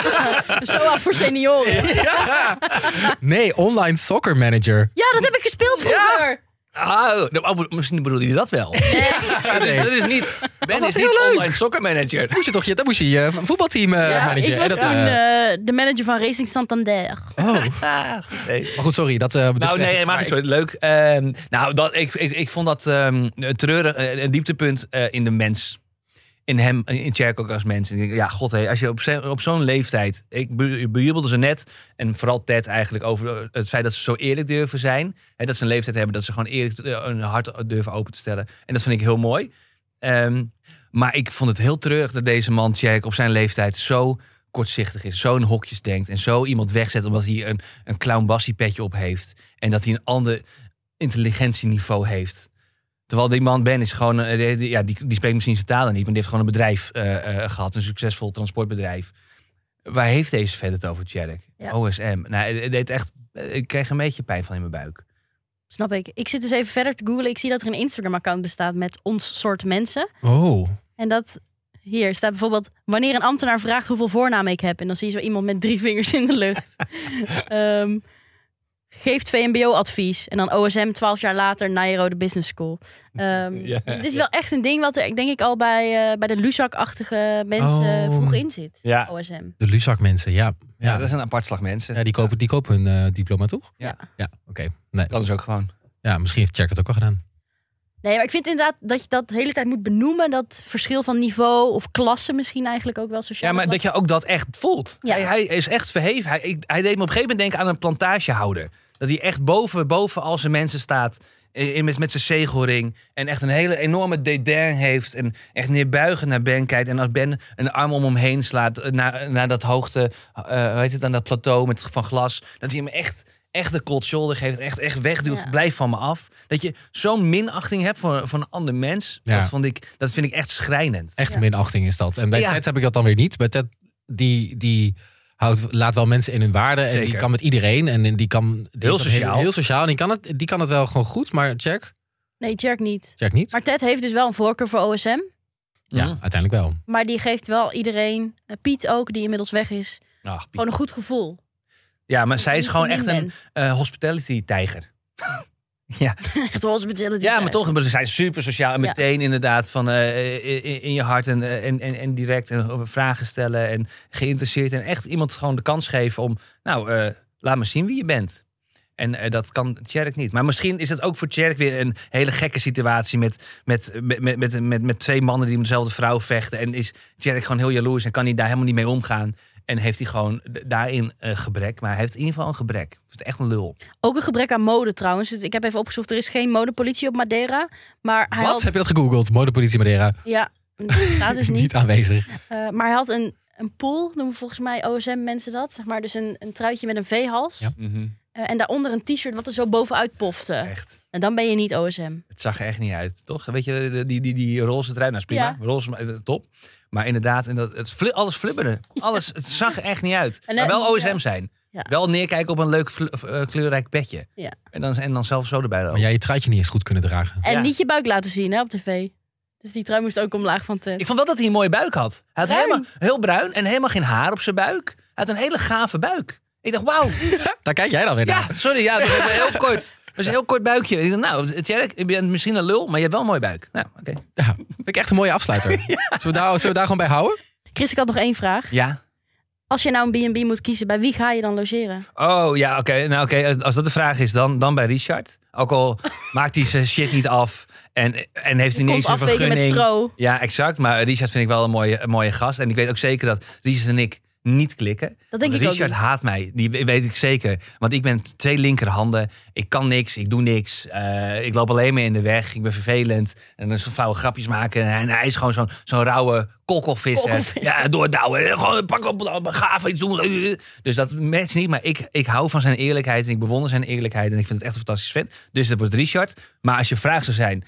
Zo af voor senioren. Ja. nee, online soccer manager. dat heb ik gespeeld vroeger. Oh, nou, misschien bedoelde je dat wel. dat, is, dat is niet. Ben was is heel niet leuk. online soccer manager. Moest je toch je, dan moest je je voetbalteam uh, Ja, managen. ik was En dat, toen uh, eh, de manager van Racing Santander. oh. Nee. Maar goed, sorry. Dat, uh, dit Nou, krijg nee, ik- maar maar sorry, leuk. Um, nou, dat, ik, ik, ik vond dat um, treurig, uh, een dieptepunt uh, in de mens. In hem, in Tjerk ook als mens. En ik denk, ja, god, hé, als je op, zo, op zo'n leeftijd... Ik be- bejubelde ze net, en vooral Ted eigenlijk... over het feit dat ze zo eerlijk durven zijn. Hè, dat ze een leeftijd hebben, dat ze gewoon eerlijk uh, hun hart durven open te stellen. En dat vind ik heel mooi. Um, maar ik vond het heel treurig dat deze man, Tjerk, op zijn leeftijd... zo kortzichtig is, zo in hokjes denkt... en zo iemand wegzet omdat hij een, een clown Bassie petje op heeft... en dat hij een ander intelligentieniveau heeft... Terwijl die man Ben is gewoon, uh, die, ja, die, die spreekt misschien zijn talen niet, maar die heeft gewoon een bedrijf uh, uh, gehad, een succesvol transportbedrijf. Waar heeft deze vet het over, Tjerk? Ja. O S M. Nou, het deed echt, ik kreeg een beetje pijn van in mijn buik. Snap ik. Ik zit dus even verder te googlen. Ik zie dat er een Instagram-account bestaat met ons soort mensen. Oh. En dat hier staat bijvoorbeeld... wanneer een ambtenaar vraagt hoeveel voornamen ik heb... en dan zie je zo iemand met drie vingers in de lucht. um, geeft V M B O-advies. En dan O S M twaalf jaar later, Nijrode Business School. Um, Ja, dus het is ja. wel echt een ding wat er, denk ik, al bij, uh, bij de Luzak-achtige mensen Oh. vroeg in zit. Ja. O S M. De Luzak mensen, ja. Ja, Ja, dat is een apart slag mensen. ja die, kopen, die kopen hun uh, diploma toch? Ja. Ja, oké. Okay. Nee. Dat is ook gewoon. Ja, misschien heeft Tjerk het ook al gedaan. Nee, maar ik vind inderdaad dat je dat de hele tijd moet benoemen. Dat verschil van niveau of klasse misschien eigenlijk ook wel sociaal. Ja, maar dat je ook dat echt voelt. Ja. Hij, hij is echt verheven. Hij, ik- hij deed me op een gegeven moment denken aan een plantagehouder. Dat hij echt boven, boven al zijn mensen staat. In, met, met zijn zegelring. En echt een hele enorme dédain heeft. En echt neerbuigend naar Ben kijkt. En als Ben een arm om hem heen slaat. Naar, naar dat hoogte. Uh, hoe heet het dan? Dat plateau met, van glas. Dat hij hem echt, echt de cold shoulder geeft. Echt, echt wegduwt. Ja. Blijf van me af. Dat je zo'n minachting hebt voor, voor een ander mens. Ja. Dat, vond ik, dat vind ik echt schrijnend. Echt Ja. minachting is dat. En bij Ja. Ted heb ik dat dan weer niet. Bij Ted, die, die houdt, laat wel mensen in hun waarde. En die Zeker. kan met iedereen. En die kan... Die Heel kan sociaal. Heel, heel sociaal. En die kan, het, die kan het wel gewoon goed. Maar Tjerk? Nee, Tjerk niet. Tjerk niet? Maar Ted heeft dus wel een voorkeur voor O S M. Ja, Mhm. uiteindelijk wel. Maar die geeft wel iedereen, uh, Piet ook, die inmiddels weg is, Ach, Piet. gewoon een goed gevoel. Ja, maar zij is Niet gewoon gemeen echt een bent. uh, hospitality-tijger. ja. Echt hospitality. ja, maar toch, maar ze zijn super sociaal. En Ja. meteen inderdaad van uh, in, in je hart en, uh, en, en, en direct en over vragen stellen en geïnteresseerd. En echt iemand gewoon de kans geven om, nou, uh, laat me zien wie je bent. En uh, dat kan Tjerk niet. Maar misschien is het ook voor Tjerk weer een hele gekke situatie met, met, met, met, met, met, met twee mannen die met dezelfde vrouw vechten. En is Tjerk gewoon heel jaloers en kan hij daar helemaal niet mee omgaan. En heeft hij gewoon d- daarin een gebrek. Maar hij heeft in ieder geval een gebrek. Ik vind het echt een lul. Ook een gebrek aan mode trouwens. Ik heb even opgezocht, er is geen modepolitie op Madeira. Maar hij Wat? had... Heb je dat gegoogeld? Modepolitie Madeira. Ja, dat staat dus niet. Niet aanwezig. Uh, maar hij had een, een pool, noemen volgens mij O S M mensen dat. Zeg maar, dus een, een truitje met een V-hals. Ja. Mm-hmm. Uh, en daaronder een t-shirt wat er zo bovenuit pofte. Echt. En dan ben je niet O S M. Het zag er echt niet uit, toch? Weet je, die, die, die, die roze trui, nou is prima. Ja. Roze, eh, top. Maar inderdaad, en dat, het, fli- alles flipperde. Alles, het zag er echt niet uit. En, Maar eh, wel O S M ja. zijn. Ja. Wel neerkijken op een leuk fl- uh, kleurrijk petje. Ja. En, dan, en dan zelf zo erbij Maar lopen. jij je truitje niet eens goed kunnen dragen. En Ja. niet je buik laten zien hè, op tv. Dus die trui moest ook omlaag van Ted. Ik vond wel dat hij een mooie buik had. Hij had Bruin. helemaal, heel bruin en helemaal geen haar op zijn buik. Hij had een hele gave buik. Ik dacht, wauw. Daar kijk jij dan weer naar. Ja, sorry, ja, dat is heel kort. Dat is een heel kort buikje. En ik dacht, nou, Tjerk, je bent misschien een lul, maar je hebt wel een mooi buik. Nou, oké. Ja, vind ik echt een mooie afsluiter. Zullen, we daar, zullen we daar gewoon bij houden? Chris, ik had nog één vraag. Ja. Als je nou een B en B moet kiezen, bij wie ga je dan logeren? Oh, ja, oké. Nou, oké. Als dat de vraag is, dan, dan bij Richard. Ook al maakt hij zijn shit niet af en, en heeft hij niet eens Komt een afwegen met vergunning. stro. Ja, exact. Maar Richard vind ik wel een mooie, een mooie gast. En ik weet ook zeker dat Richard en ik niet klikken. Dat denk Want ik ook Richard niet. haat mij. Die weet ik zeker. Want ik ben twee linkerhanden. Ik kan niks. Ik doe niks. Uh, ik loop alleen maar in de weg. Ik ben vervelend. En dan zo'n flauwe grapjes maken. En hij is gewoon zo'n zo'n rauwe kokkelvisser. Kokkelvisser. Ja, doordouwen. Gewoon pak op, gaaf iets doen. Dus dat matcht niet. Maar ik, ik hou van zijn eerlijkheid. En ik bewonder zijn eerlijkheid. En ik vind het echt een fantastisch vet. Dus dat wordt Richard. Maar als je vraag zou zijn...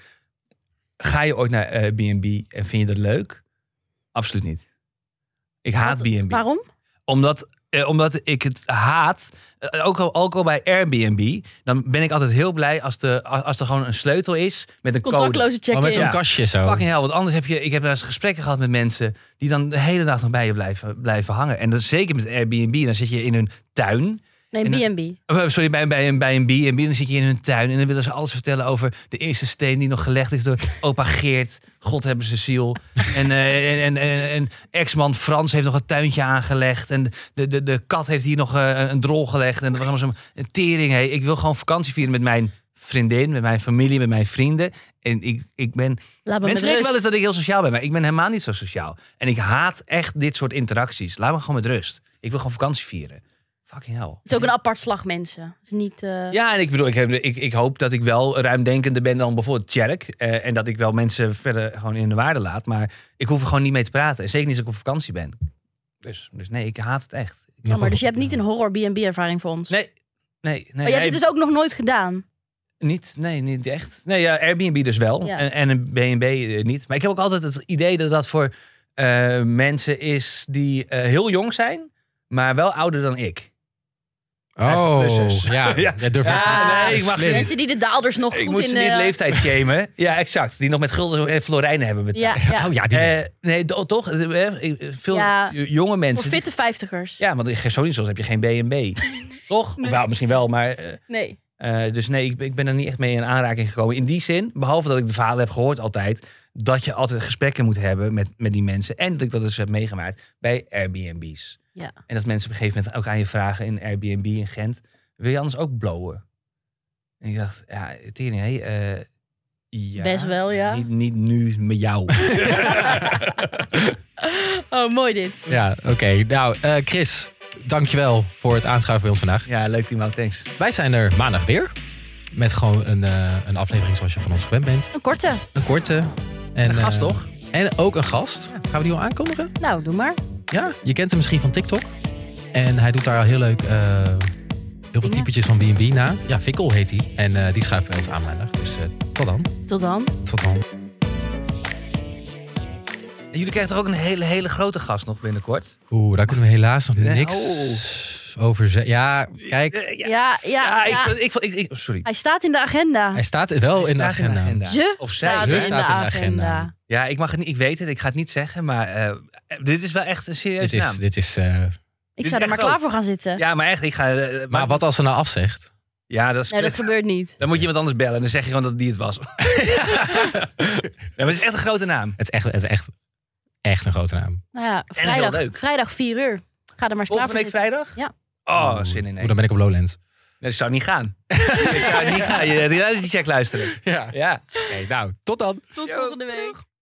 Ga je ooit naar uh, B en B en vind je dat leuk? Absoluut niet. Ik haat B en B. Waarom? Omdat, eh, omdat ik het haat, eh, ook, al, ook al bij Airbnb, dan ben ik altijd heel blij als, de, als er gewoon een sleutel is met een code. Contactloze Maar met check-in. zo'n Ja. kastje zo. Fucking hell, want anders heb je, ik heb wel eens gesprekken gehad met mensen die dan de hele dag nog bij je blijven, blijven hangen. En dat is zeker met Airbnb, dan zit je in hun tuin. Nee, En B dan- en B. Of, sorry, bij, bij, een, bij een B en B, dan zit je in hun tuin en dan willen ze alles vertellen over de eerste steen die nog gelegd is door opa Geert. God hebben ze ziel. En, uh, en, en, en, en ex-man Frans heeft nog een tuintje aangelegd. En de, de, de kat heeft hier nog uh, een drol gelegd. En dat was allemaal zo'n tering. Hey. Ik wil gewoon vakantie vieren met mijn vriendin, met mijn familie, met mijn vrienden. En ik, ik ben... Laat me Mensen met denken wel rust. eens dat ik heel sociaal ben, maar ik ben helemaal niet zo sociaal. En ik haat echt dit soort interacties. Laat me gewoon met rust. Ik wil gewoon vakantie vieren. Fucking hell. Het is ook een apart slag mensen. Het is niet... uh, Ja, en ik bedoel, ik, heb, ik, ik hoop dat ik wel ruimdenkender ben dan bijvoorbeeld Tjerk. Uh, en dat ik wel mensen verder gewoon in de waarde laat. Maar ik hoef er gewoon niet mee te praten. En zeker niet als ik op vakantie ben. Dus, dus nee, ik haat het echt. Ja, maar dus je hebt niet een horror B en B ervaring voor ons. Nee, nee. nee Maar je hebt nee, het dus ook nog nooit gedaan. Niet, nee, niet echt. Nee, ja, Airbnb dus wel. Ja. En, en een B en B uh, niet. Maar ik heb ook altijd het idee dat dat voor uh, mensen is die uh, heel jong zijn, maar wel ouder dan ik. vijftig-plussers. ja. Ja. ja. Durf Ja, mensen- nee, ik mag slim. ze Mensen die de daalders nog Ik goed moet in... ze niet eh, leeftijd shamen. Ja, exact. Die nog met gulden en florijnen hebben betaald. Ja, ja. Oh ja, die Eh, niet. nee, do- toch? Eh, Veel Ja. jonge Voor mensen. die- fitte vijftigers. ja, want in Gersonisos heb je geen B en B. Toch? Nee. Of wel, misschien wel, maar... eh, Nee. eh, dus nee, ik, ik ben er niet echt mee in aanraking gekomen. In die zin, behalve dat ik de verhalen heb gehoord altijd... dat je altijd gesprekken moet hebben met, met die mensen. En dat ik dat dus heb meegemaakt bij Airbnb's. Ja. En dat mensen op een gegeven moment ook aan je vragen in Airbnb in Gent... wil je anders ook blowen? En ik dacht, ja, tering, hé... eh, ja, Best wel, ja. Niet, niet nu met jou. Oh, mooi dit. Ja, oké. Nou, eh, Chris, dankjewel voor het aanschuiven bij ons vandaag. Ja, leuk team, thanks. Wij zijn er maandag weer. Met gewoon een, eh, een aflevering zoals je van ons gewend bent. Een korte. Een korte. En, Een gast, eh, toch? En ook een gast. Gaan we die al aankondigen? Nou, doe maar. Ja, je kent hem misschien van TikTok. En hij doet daar al heel leuk... eh, heel veel Dingen. typetjes van B en B na. Ja, Fikkel heet hij. En eh, die schuift bij ons aan maandag. Dus eh, tot dan. Tot dan. Tot dan. En jullie krijgen toch ook een hele, hele grote gast nog binnenkort? Oeh, daar kunnen we helaas nog Nee, niks over zeggen. Ja, kijk. Eh, Ja, ja, Ja, ja. Ik, ik, vond- ik, ik, oh, sorry. Hij staat in de agenda. Hij staat wel Hij in de staat agenda. Ze Of zij. staat, Ze in, staat de in de agenda. agenda. Ja, ik mag het niet. Ik weet het. Ik ga het niet zeggen. Maar eh, dit is wel echt een serieuze Dit is, naam. dit is, eh, Ik is zou er echt maar groot. klaar voor gaan zitten. Ja, maar echt. Ik ga. eh, maar, maar wat als ze nou afzegt? Ja, dat is. Nee, dat kut. gebeurt niet. Dan moet je iemand anders bellen. En dan zeg je gewoon dat die het was. ja, maar het is echt een grote naam. Het is echt, het is echt, echt een grote naam. Nou ja, heel vrijdag, leuk. vrijdag vier uur. Ga er maar eens klaar Volgende voor week zitten. vrijdag? Ja. Oh, Oeh, zin in. oeh, Nee. dan ben ik op Lowlands. Dat zou niet gaan. Ik zou niet gaan. Je reality check luisteren. Ja. Ja. Oké, nou, tot dan. Tot Yo. volgende week.